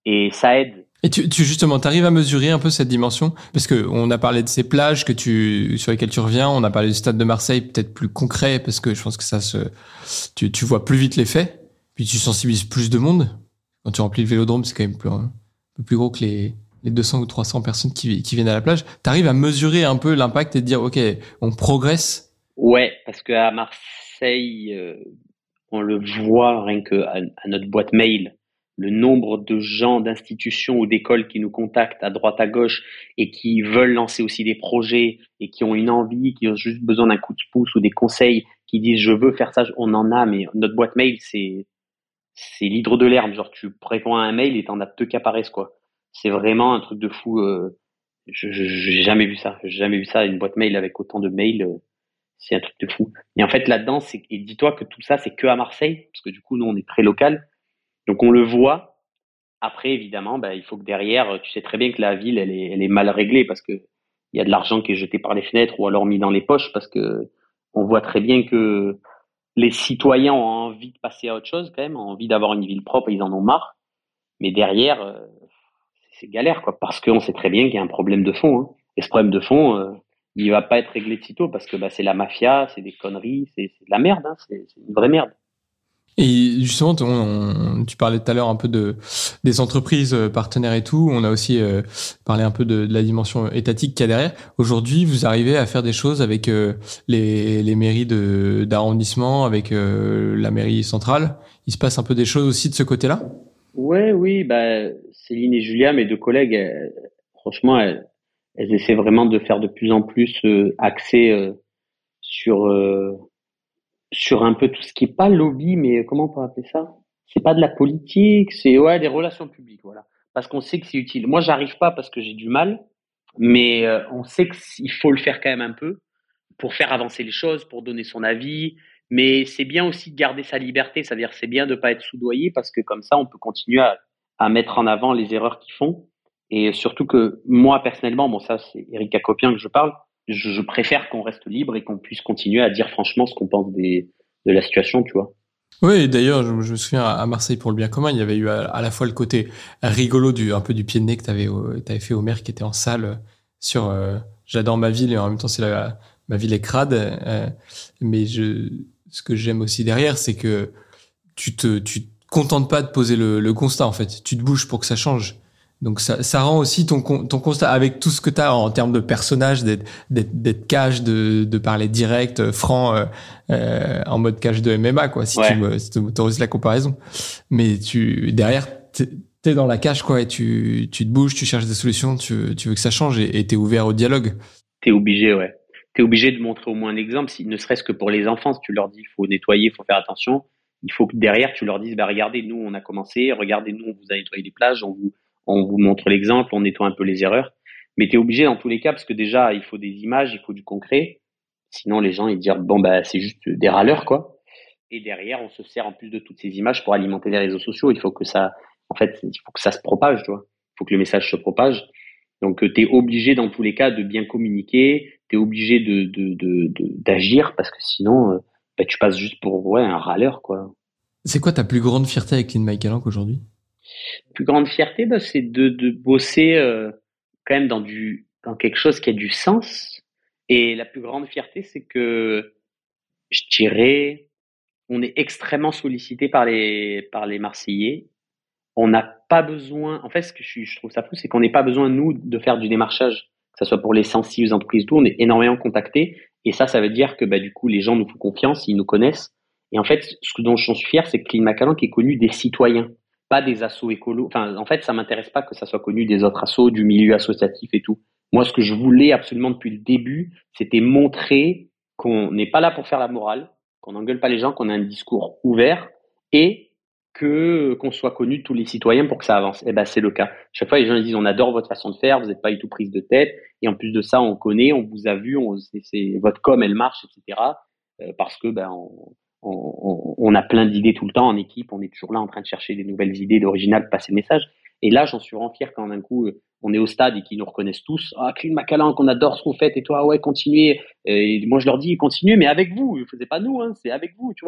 et ça aide. Et tu, tu justement, t'arrives à mesurer un peu cette dimension? Parce que on a parlé de ces plages que tu, sur lesquelles tu reviens, on a parlé du stade de Marseille, peut-être plus concret, parce que je pense que ça se, tu, tu vois plus vite les faits, puis tu sensibilises plus de monde. Quand tu remplis le Vélodrome, c'est quand même plus, un peu plus gros que les, les deux cents ou trois cents personnes qui, qui viennent à la plage. T'arrives à mesurer un peu l'impact et te dire, OK, on progresse. Ouais, parce qu'à Marseille, euh, on le voit rien que à, à notre boîte mail, le nombre de gens, d'institutions ou d'écoles qui nous contactent à droite à gauche et qui veulent lancer aussi des projets et qui ont une envie, qui ont juste besoin d'un coup de pouce ou des conseils, qui disent je veux faire ça, on en a, mais notre boîte mail, c'est c'est l'hydre de l'herbe. Genre tu réponds à un mail et t'en as deux qui apparaissent, quoi. C'est vraiment un truc de fou. Euh, je, je j'ai jamais vu ça. J'ai jamais vu ça, une boîte mail avec autant de mails. Euh, c'est un truc de fou. Et en fait là-dedans, c'est, et dis-toi que tout ça, c'est que à Marseille, parce que du coup nous on est très local. Donc on le voit. Après, évidemment, bah, il faut que derrière, tu sais très bien que la ville, elle est, elle est mal réglée parce que il y a de l'argent qui est jeté par les fenêtres ou alors mis dans les poches parce que on voit très bien que les citoyens ont envie de passer à autre chose quand même, ont envie d'avoir une ville propre et ils en ont marre. Mais derrière, euh, c'est galère, quoi, parce qu'on sait très bien qu'il y a un problème de fond. Hein. Et ce problème de fond, euh, il va pas être réglé de sitôt parce que bah, c'est la mafia, c'est des conneries, c'est, c'est de la merde, hein, c'est, c'est une vraie merde. Et justement, on, on, tu parlais tout à l'heure un peu de des entreprises partenaires et tout. On a aussi euh, parlé un peu de, de la dimension étatique qu'il y a derrière. Aujourd'hui, vous arrivez à faire des choses avec euh, les, les mairies de, d'arrondissement, avec euh, la mairie centrale. Il se passe un peu des choses aussi de ce côté-là? Ouais, oui, bah, Céline et Julia, mes deux collègues, elles, franchement, elles, elles essaient vraiment de faire de plus en plus euh, axé euh, sur euh, sur un peu tout ce qui est pas lobby, mais comment on peut appeler ça? C'est pas de la politique, c'est ouais des relations publiques, voilà. Parce qu'on sait que c'est utile. Moi, j'arrive pas parce que j'ai du mal, mais euh, on sait qu'il faut le faire quand même un peu pour faire avancer les choses, pour donner son avis. Mais c'est bien aussi de garder sa liberté, c'est-à-dire c'est bien de pas être soudoyé parce que comme ça, on peut continuer à, à mettre en avant les erreurs qu'ils font. Et surtout que moi, personnellement, bon ça c'est Eric Hacopian que je parle, je, je préfère qu'on reste libre et qu'on puisse continuer à dire franchement ce qu'on pense des, de la situation, tu vois. Oui, d'ailleurs, je, je me souviens à Marseille pour le bien commun, il y avait eu à, à la fois le côté rigolo du un peu du pied de nez que t'avais t'avais fait au maire qui était en salle sur euh, j'adore ma ville et en même temps c'est la ma ville est crade, euh, mais je ce que j'aime aussi derrière, c'est que tu te tu te contentes pas de poser le, le constat en fait, tu te bouges pour que ça change. Donc ça, ça rend aussi ton ton constat avec tout ce que t'as en termes de personnages, d'être d'être, d'être cash, de de parler direct, franc, euh, euh, en mode cash de M M A quoi. Si ouais. tu me, si tu m'autorises la comparaison, mais tu derrière t'es, t'es dans la cash quoi et tu tu te bouges, tu cherches des solutions, tu tu veux que ça change et, et t'es ouvert au dialogue. T'es obligé ouais. T'es obligé de montrer au moins un exemple, si ne serait-ce que pour les enfants, si tu leur dis il faut nettoyer, il faut faire attention, il faut que derrière tu leur dises bah regardez nous on a commencé, regardez nous on vous a nettoyé les plages, on vous on vous montre l'exemple, on nettoie un peu les erreurs. Mais tu es obligé dans tous les cas, parce que déjà, il faut des images, il faut du concret. Sinon, les gens, ils disent, bon, bah, c'est juste des râleurs, quoi. Et derrière, on se sert en plus de toutes ces images pour alimenter les réseaux sociaux. Il faut que ça, en fait, il faut que ça se propage, tu vois. Il faut que le message se propage. Donc, tu es obligé dans tous les cas de bien communiquer. Tu es obligé de, de, de, de, d'agir, parce que sinon, bah, tu passes juste pour, ouais, un râleur, quoi. C'est quoi ta plus grande fierté avec Clean My Calanque aujourd'hui? Plus grande fierté, bah, c'est de, de bosser euh, quand même dans du dans quelque chose qui a du sens. Et la plus grande fierté, c'est que je dirais, on est extrêmement sollicité par les par les Marseillais. On n'a pas besoin. En fait, ce que je, je trouve ça fou, c'est qu'on n'a pas besoin nous de faire du démarchage, que ça soit pour les sensibles, les entreprises, tout. On est énormément contactés. Et ça, ça veut dire que bah du coup, les gens nous font confiance, ils nous connaissent. Et en fait, ce dont je suis fier, c'est que Clean My Calanque est connu des citoyens. Pas des assos écolos. Enfin, en fait, ça m'intéresse pas que ça soit connu des autres assos, du milieu associatif et tout. Moi, ce que je voulais absolument depuis le début, c'était montrer qu'on n'est pas là pour faire la morale, qu'on n'engueule pas les gens, qu'on a un discours ouvert et que qu'on soit connu de tous les citoyens pour que ça avance. Et ben, c'est le cas. Chaque fois, les gens ils disent on adore votre façon de faire, vous n'êtes pas du tout prise de tête. Et en plus de ça, on connaît, on vous a vu, on, c'est, c'est votre com, elle marche, et cetera. Euh, parce que ben on, On, on a plein d'idées tout le temps en équipe, on est toujours là en train de chercher des nouvelles idées, d'original, de passer le message. Et là, j'en suis vraiment fier quand d'un coup, on est au stade et qu'ils nous reconnaissent tous. Ah, Clean My Calanque, on adore ce que vous faites et toi, ouais, continuez. Et moi, je leur dis, continuez, mais avec vous. Faisez pas nous, hein, c'est avec vous, tu vois.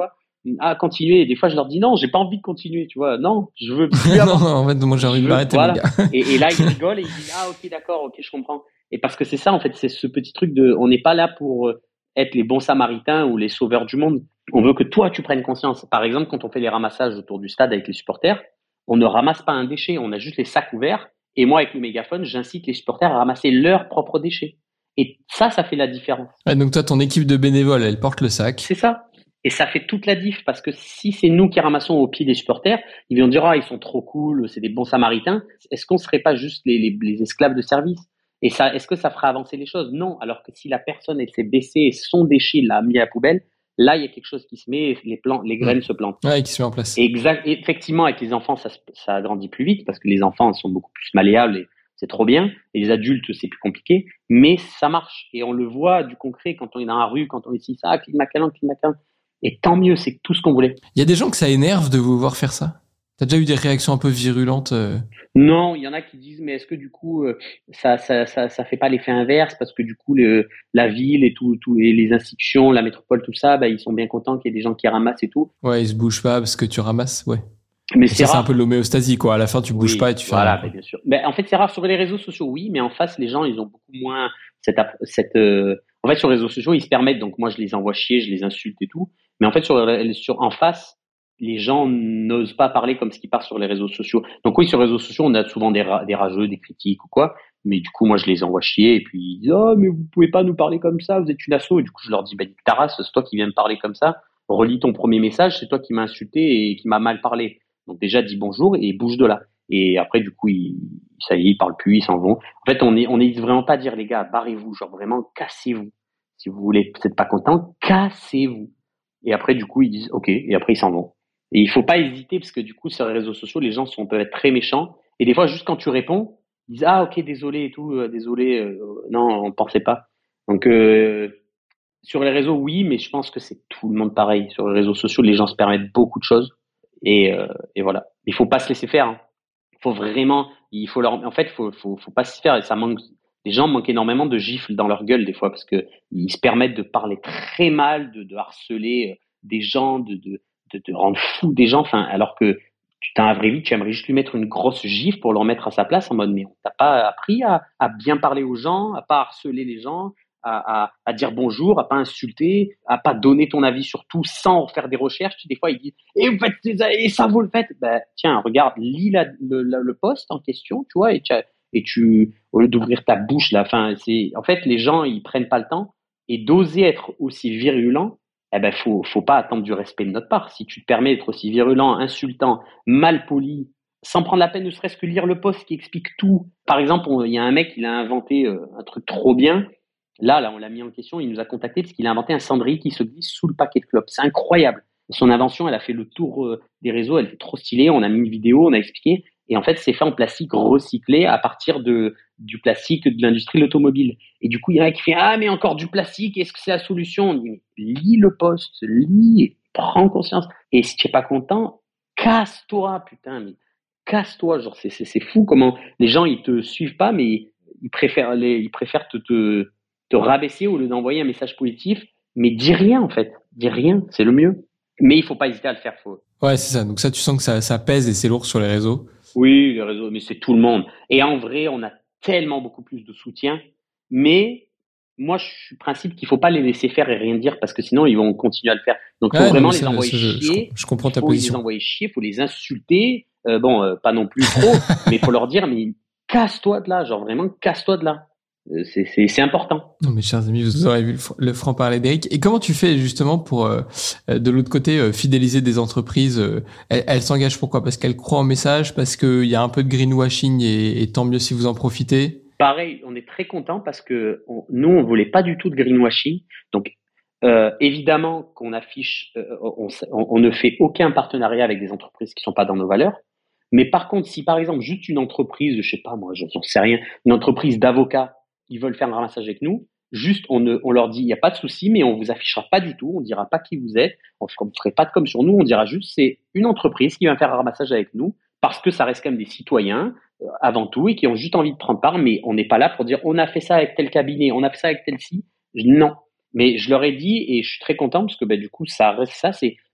Ah, continuez. Et des fois, je leur dis non, j'ai pas envie de continuer, tu vois. Non, je veux plus non, avancer. en fait, moi, j'ai envie Je de veux- m'arrêter, voilà. mon gars. Et, et là, ils rigolent et ils disent ah ok d'accord, ok je comprends. Et parce que c'est ça en fait, c'est ce petit truc de, on n'est pas là pour euh, être les bons samaritains ou les sauveurs du monde. On veut que toi tu prennes conscience. Par exemple, quand on fait les ramassages autour du stade avec les supporters, on ne ramasse pas un déchet, on a juste les sacs ouverts. Et moi, avec le mégaphone, j'incite les supporters à ramasser leurs propres déchets. Et ça, ça fait la différence. Ouais, donc toi, ton équipe de bénévoles, elle porte le sac. C'est ça. Et ça fait toute la diff parce que si c'est nous qui ramassons au pied des supporters, ils vont dire ah ils sont trop cool, c'est des bons samaritains. Est-ce qu'on serait pas juste les, les, les esclaves de service? Et ça, est-ce que ça fera avancer les choses? Non. Alors que si la personne elle s'est baissée et son déchet l'a mis à la poubelle, là il y a quelque chose qui se met, les plants, les graines se plantent. Ouais, qui se met en place. Exact. Et effectivement, avec les enfants, ça, ça grandit plus vite parce que les enfants sont beaucoup plus malléables et c'est trop bien. Et les adultes, c'est plus compliqué, mais ça marche. Et on le voit du concret quand on est dans la rue, quand on est ici, ça, Clean McCallan, Clean McCallan. Et tant mieux, c'est tout ce qu'on voulait. Il y a des gens que ça énerve de vous voir faire ça? T'as déjà eu des réactions un peu virulentes euh... Non, il y en a qui disent, mais est-ce que du coup, euh, ça, ça, ça, ça fait pas l'effet inverse parce que du coup, le, la ville et tout, tout, et les institutions, la métropole, tout ça, bah, ils sont bien contents qu'il y ait des gens qui ramassent et tout. Ouais, ils se bougent pas parce que tu ramasses, ouais. Mais ça, c'est, c'est un peu de l'homéostasie, quoi. À la fin, tu bouges oui, pas et tu fais voilà, rien. Bah, bien sûr. Ben, en fait, c'est rare sur les réseaux sociaux, oui, mais en face, les gens, ils ont beaucoup moins cette, cette, euh... en fait, sur les réseaux sociaux, ils se permettent, donc moi, je les envoie chier, je les insulte et tout. Mais en fait, sur, sur, en face, les gens n'osent pas parler comme ce qui part sur les réseaux sociaux. Donc oui, sur les réseaux sociaux, on a souvent des, ra- des rageux, des critiques ou quoi. Mais du coup, moi, je les envoie chier et puis ils disent « Oh, mais vous pouvez pas nous parler comme ça, vous êtes une asso. » Et du coup, je leur dis bah, « Ta race, c'est toi qui viens me parler comme ça. Relis ton premier message, c'est toi qui m'as insulté et qui m'a mal parlé. Donc déjà, dis bonjour et bouge de là. » Et après, du coup, ils, ça y est, ils parlent plus, ils s'en vont. En fait, on est, on n'hésite vraiment pas à dire « Les gars, barrez-vous, genre vraiment, cassez-vous. Si vous voulez, vous n'êtes pas content, cassez-vous. » Et après, du coup, ils disent « Ok. » Et après, ils s'en vont. Et il faut pas hésiter parce que du coup, sur les réseaux sociaux, les gens sont, peuvent être très méchants. Et des fois, juste quand tu réponds, ils disent « Ah, ok, désolé et tout, euh, désolé, euh, non, on pensait pas. » Donc, euh, sur les réseaux, oui, mais je pense que c'est tout le monde pareil. Sur les réseaux sociaux, les gens se permettent beaucoup de choses. Et, euh, et voilà. Il faut pas se laisser faire. Hein. Il faut vraiment, il faut leur, en fait, faut, faut, faut pas se faire. Et ça manque, les gens manquent énormément de gifles dans leur gueule des fois parce que ils se permettent de parler très mal, de, de harceler des gens, de, de, de, de rendre fou des gens. Enfin, alors que tu t'as un vrai vie, tu aimerais juste lui mettre une grosse gifle pour le remettre à sa place en mode, mais on t'a pas appris à, à bien parler aux gens, à pas harceler les gens. À, à, à dire bonjour, à pas insulter, à pas donner ton avis sur tout sans faire des recherches. Des fois, ils disent et vous faites et ça vous le faites. Ben tiens, regarde, lis la, le, le, le post en question, tu vois, et tu, et tu au lieu d'ouvrir ta bouche là, enfin c'est en fait les gens ils prennent pas le temps et d'oser être aussi virulent. Eh ben faut faut pas attendre du respect de notre part. Si tu te permets d'être aussi virulent, insultant, mal poli, sans prendre la peine ne serait-ce que lire le post qui explique tout. Par exemple, il y a un mec, il a inventé euh, un truc trop bien. Là, là, on l'a mis en question, il nous a contacté parce qu'il a inventé un cendrier qui se glisse sous le paquet de clopes. C'est incroyable. Son invention, elle a fait le tour euh, des réseaux, elle est trop stylée. On a mis une vidéo, on a expliqué. Et en fait, c'est fait en plastique recyclé à partir de du plastique de l'industrie de l'automobile. Et du coup, il y en a qui fait ah mais encore du plastique, est-ce que c'est la solution? On dit mais lis le post, lis, prends conscience. Et si tu es pas content, casse-toi, putain, mais casse-toi. Genre c'est c'est c'est fou comment les gens ils te suivent pas, mais ils préfèrent les ils préfèrent te te te rabaisser au lieu d'envoyer un message positif, mais dis rien en fait, dis rien, c'est le mieux. Mais il faut pas hésiter à le faire. Faut... Ouais, c'est ça. Donc ça, tu sens que ça, ça pèse et c'est lourd sur les réseaux. Oui, les réseaux, mais c'est tout le monde. Et en vrai, on a tellement beaucoup plus de soutien. Mais moi, je suis principe qu'il faut pas les laisser faire et rien dire parce que sinon, ils vont continuer à le faire. Donc, il faut ouais, vraiment non, les ça, envoyer ça, je, chier. Je, je comprends ta faut position. Il faut les envoyer chier, il faut les insulter. Euh, bon, euh, pas non plus trop, mais il faut leur dire, mais casse-toi de là, genre vraiment casse-toi de là. C'est, c'est, c'est important. Non, mes chers amis, vous aurez vu le, le franc-parler d'Eric. Et comment tu fais justement pour, euh, de l'autre côté, euh, fidéliser des entreprises euh, elles, elles s'engagent pourquoi? Parce qu'elles croient en message, parce qu'il y a un peu de greenwashing et, et tant mieux si vous en profitez. Pareil, on est très content parce que on, nous, on voulait pas du tout de greenwashing. Donc, euh, évidemment qu'on affiche, euh, on, on, on ne fait aucun partenariat avec des entreprises qui sont pas dans nos valeurs. Mais par contre, si par exemple juste une entreprise, je sais pas moi, j'en sais rien, une entreprise d'avocats, ils veulent faire un ramassage avec nous, juste on, ne, on leur dit il n'y a pas de souci, mais on vous affichera pas du tout, on dira pas qui vous êtes, on ne ferait pas de com sur nous, on dira juste c'est une entreprise qui vient faire un ramassage avec nous parce que ça reste quand même des citoyens euh, avant tout et qui ont juste envie de prendre part, mais on n'est pas là pour dire on a fait ça avec tel cabinet, on a fait ça avec tel ci, non. Mais je leur ai dit et je suis très content parce que bah, du coup ça reste ça, c'est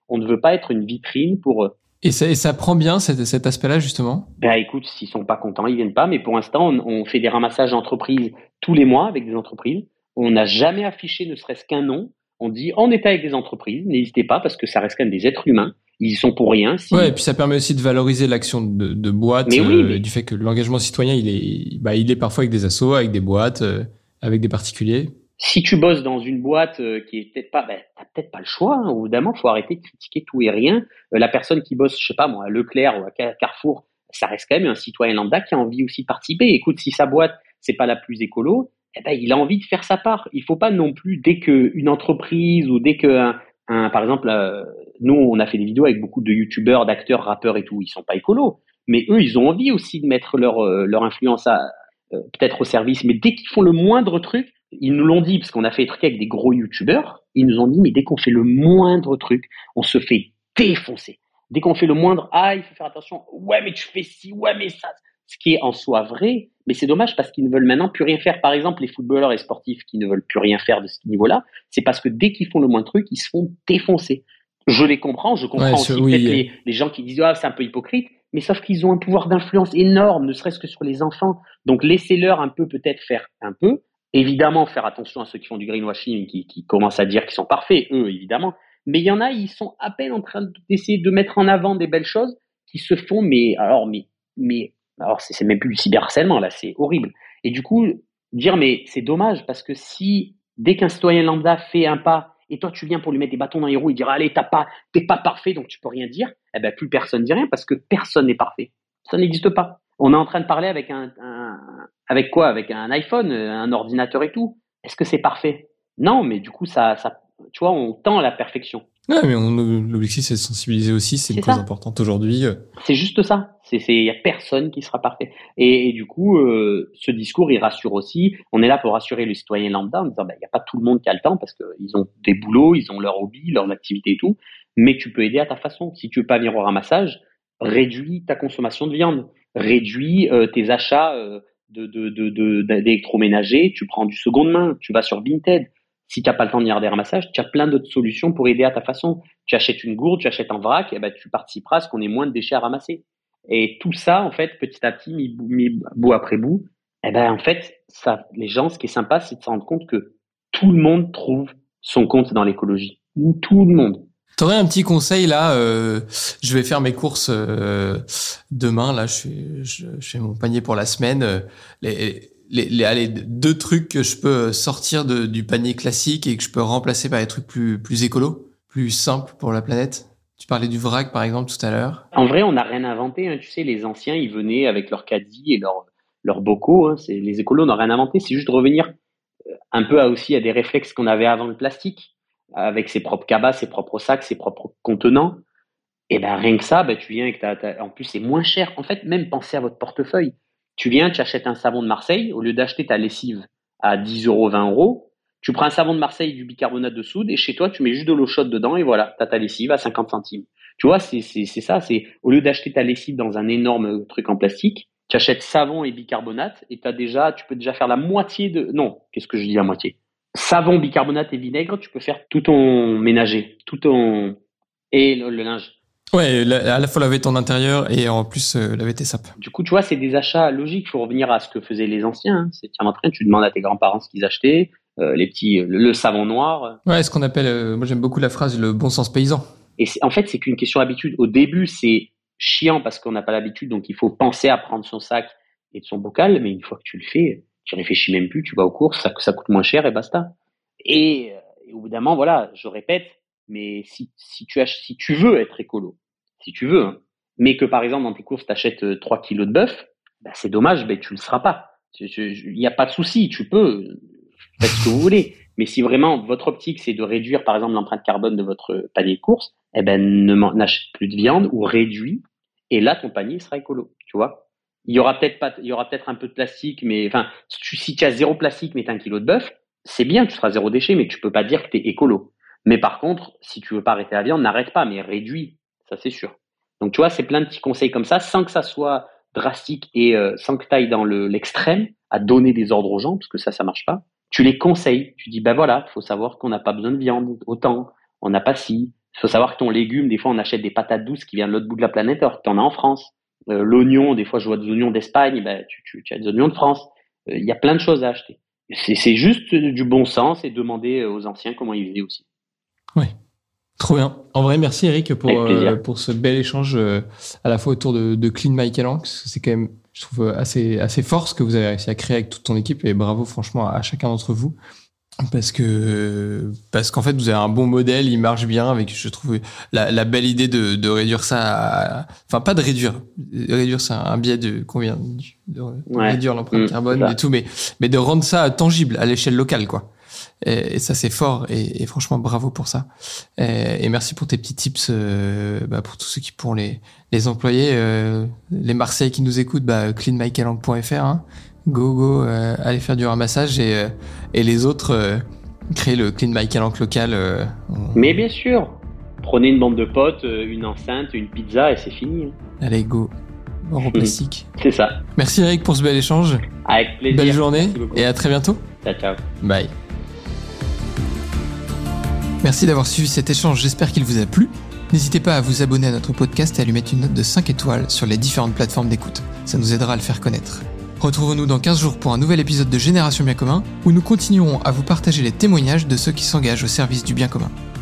On ne veut pas être une vitrine pour eux. Et ça, et ça prend bien cet, cet aspect-là, justement? Ben écoute, s'ils sont pas contents, ils viennent pas. Mais pour l'instant, on, on fait des ramassages d'entreprises tous les mois avec des entreprises. On n'a jamais affiché ne serait-ce qu'un nom. On dit on est avec des entreprises, n'hésitez pas parce que ça reste quand même des êtres humains. Ils y sont pour rien. Si... Ouais, et puis ça permet aussi de valoriser l'action de, de boîtes, mais oui, euh, mais... du fait que l'engagement citoyen, il est, bah, il est parfois avec des assos, avec des boîtes, euh, avec des particuliers. Si tu bosses dans une boîte euh, qui est peut-être pas, ben, t'as peut-être pas le choix. Hein. Évidemment, faut arrêter de critiquer tout et rien. Euh, la personne qui bosse, je sais pas moi, à Leclerc ou à Carrefour, ça reste quand même un citoyen lambda qui a envie aussi de participer. Écoute, si sa boîte c'est pas la plus écolo, eh ben il a envie de faire sa part. Il faut pas non plus dès que une entreprise ou dès que un, un par exemple, euh, nous on a fait des vidéos avec beaucoup de youtubeurs, d'acteurs, rappeurs et tout, ils sont pas écolos, mais eux ils ont envie aussi de mettre leur euh, leur influence à euh, peut-être au service. Mais dès qu'ils font le moindre truc, ils nous l'ont dit parce qu'on a fait des trucs avec des gros youtubeurs, ils nous ont dit mais dès qu'on fait le moindre truc, on se fait défoncer. Dès qu'on fait le moindre ah il faut faire attention, ouais mais tu fais ci, ouais mais ça. Ce qui est en soi vrai, mais c'est dommage parce qu'ils ne veulent maintenant plus rien faire. Par exemple, les footballeurs et sportifs qui ne veulent plus rien faire de ce niveau-là, c'est parce que dès qu'ils font le moins de trucs, ils se font défoncer. Je les comprends, je comprends ouais, aussi oui, peut-être oui. les, les gens qui disent « Ah, c'est un peu hypocrite », mais sauf qu'ils ont un pouvoir d'influence énorme, ne serait-ce que sur les enfants. Donc, laissez-leur un peu peut-être faire un peu. Évidemment, faire attention à ceux qui font du greenwashing, qui, qui commencent à dire qu'ils sont parfaits, eux, évidemment. Mais il y en a, ils sont à peine en train d'essayer de mettre en avant des belles choses qui se font, mais alors, mais, mais, alors c'est, c'est même plus du cyberharcèlement, là, c'est horrible. Et du coup, dire, mais c'est dommage, parce que si, dès qu'un citoyen lambda fait un pas, et toi tu viens pour lui mettre des bâtons dans les roues et dire, allez, t'as pas, t'es pas parfait, donc tu peux rien dire, eh ben, plus personne dit rien, parce que personne n'est parfait. Ça n'existe pas. On est en train de parler avec un, un avec quoi? Avec un iPhone, un ordinateur et tout. Est-ce que c'est parfait? Non, mais du coup, ça, ça, tu vois, on tend à la perfection. Ouais, mais on, l'objectif, c'est de sensibiliser aussi. C'est, c'est une ça. Cause importante aujourd'hui. C'est juste ça. C'est, c'est, y a personne qui sera parfait. Et, et du coup, euh, ce discours, il rassure aussi. On est là pour rassurer les citoyens lambda en disant, bah, il n'y a pas tout le monde qui a le temps parce qu'ils ont des boulots, ils ont leurs hobbies, leurs activités et tout. Mais tu peux aider à ta façon. Si tu veux pas venir au ramassage, réduis ta consommation de viande. Réduis euh, tes achats euh, de, de, de, de, d'électroménager. Tu prends du seconde main. Tu vas sur Vinted. Si tu n'as pas le temps de venir à des ramassages, tu as plein d'autres solutions pour aider à ta façon. Tu achètes une gourde, tu achètes un vrac, et ben tu participeras à ce qu'on ait moins de déchets à ramasser. Et tout ça, en fait, petit à petit, mis, mis bout après bout, et ben en fait, ça, les gens, ce qui est sympa, c'est de se rendre compte que tout le monde trouve son compte dans l'écologie. Tout le monde. T'aurais un petit conseil là, euh, je vais faire mes courses euh, demain, là, je fais, je, je fais mon panier pour la semaine. Euh, les, Les, les, allez, deux trucs que je peux sortir de, du panier classique et que je peux remplacer par des trucs plus, plus écolos, plus simples pour la planète. Tu parlais du vrac, par exemple, tout à l'heure. En vrai, on n'a rien inventé. Hein. Tu sais, les anciens, ils venaient avec leurs caddies et leurs, leurs bocaux. Hein. C'est, les écolos n'ont rien inventé. C'est juste de revenir un peu à, aussi à des réflexes qu'on avait avant le plastique, avec ses propres cabas, ses propres sacs, ses propres contenants. Et ben rien que ça, ben, tu viens avec ta, ta... En plus, c'est moins cher. En fait, même pensez à votre portefeuille. Tu viens, tu achètes un savon de Marseille, au lieu d'acheter ta lessive à dix euros, vingt euros, tu prends un savon de Marseille, du bicarbonate de soude, et chez toi, tu mets juste de l'eau chaude dedans, et voilà, tu as ta lessive à cinquante centimes. Tu vois, c'est, c'est, c'est ça, c'est au lieu d'acheter ta lessive dans un énorme truc en plastique, tu achètes savon et bicarbonate, et t'as déjà, tu peux déjà faire la moitié de, non, qu'est-ce que je dis la moitié? Savon, bicarbonate et vinaigre, tu peux faire tout ton ménager, tout ton, et le, le linge. Ouais, à la fois laver ton intérieur et en plus euh, laver tes sapes. Du coup, tu vois, c'est des achats logiques. Il faut revenir à ce que faisaient les anciens. Hein. C'est tiens, en train, tu demandes à tes grands-parents ce qu'ils achetaient, euh, les petits, le, le savon noir. Ouais, ce qu'on appelle, euh, moi j'aime beaucoup la phrase le bon sens paysan. Et c'est, en fait, c'est qu'une question d'habitude. Au début, c'est chiant parce qu'on n'a pas l'habitude, donc il faut penser à prendre son sac et de son bocal. Mais une fois que tu le fais, tu réfléchis même plus. Tu vas aux courses, ça, ça coûte moins cher et basta. Et, et au bout d'un moment, voilà, je répète, mais si, si tu ach- si tu veux être écolo. Si tu veux, hein. Mais que par exemple dans tes courses t'achètes euh, trois kilos de bœuf, bah, c'est dommage, bah, tu le seras pas. Il n'y a pas de souci, tu peux, faites ce que vous voulez. Mais si vraiment votre optique c'est de réduire par exemple l'empreinte carbone de votre panier de courses, eh ben ne n'achète plus de viande ou réduis, et là ton panier sera écolo, tu vois. Il y aura peut-être pas, il y aura peut-être un peu de plastique, mais enfin si tu as zéro plastique mais t'as un kilo de bœuf, c'est bien, tu seras zéro déchet, mais tu peux pas dire que t'es écolo. Mais par contre, si tu veux pas arrêter la viande, n'arrête pas, mais réduis. Ça, c'est sûr. Donc, tu vois, c'est plein de petits conseils comme ça, sans que ça soit drastique et euh, sans que tu ailles dans le, l'extrême à donner des ordres aux gens, parce que ça, ça marche pas. Tu les conseilles. Tu dis, ben voilà, il faut savoir qu'on n'a pas besoin de viande autant. On n'a pas ci. Il faut savoir que ton légume, des fois, on achète des patates douces qui viennent de l'autre bout de la planète, alors que tu en as en France. Euh, l'oignon, des fois, je vois des oignons d'Espagne, ben, tu, tu, tu as des oignons de France. Il euh, y a plein de choses à acheter. C'est, c'est juste du bon sens et demander aux anciens comment ils faisaient aussi. Oui, trop bien. En vrai, merci Eric pour, euh, pour ce bel échange euh, à la fois autour de, de Clean My Calanque. C'est quand même, je trouve, assez, assez fort ce que vous avez réussi à créer avec toute ton équipe et bravo franchement à, à chacun d'entre vous. Parce que parce qu'en fait vous avez un bon modèle, il marche bien avec, je trouve, la, la belle idée de, de réduire ça à, enfin pas de réduire réduire c'est un biais de combien de, de ouais. réduire l'empreinte mmh, carbone et tout, mais mais de rendre ça tangible à l'échelle locale quoi. Et, et ça c'est fort et, et franchement bravo pour ça. Et, et merci pour tes petits tips euh, bah, pour tous ceux qui pourront les les employer, euh, les Marseillais qui nous écoutent, bah clean my calanque point f r hein. Go, go, euh, allez faire du ramassage et, euh, et les autres, euh, créer le Clean My Calanque local. Euh, on... Mais bien sûr, prenez une bande de potes, une enceinte, une pizza et c'est fini. Allez, go, hors au plastique. C'est ça. Merci Eric pour ce bel échange. Avec plaisir. Belle journée et à très bientôt. Ciao, ciao. Bye. Merci d'avoir suivi cet échange, j'espère qu'il vous a plu. N'hésitez pas à vous abonner à notre podcast et à lui mettre une note de cinq étoiles sur les différentes plateformes d'écoute. Ça nous aidera à le faire connaître. Retrouvons-nous dans quinze jours pour un nouvel épisode de Génération Bien Commun, où nous continuerons à vous partager les témoignages de ceux qui s'engagent au service du bien commun.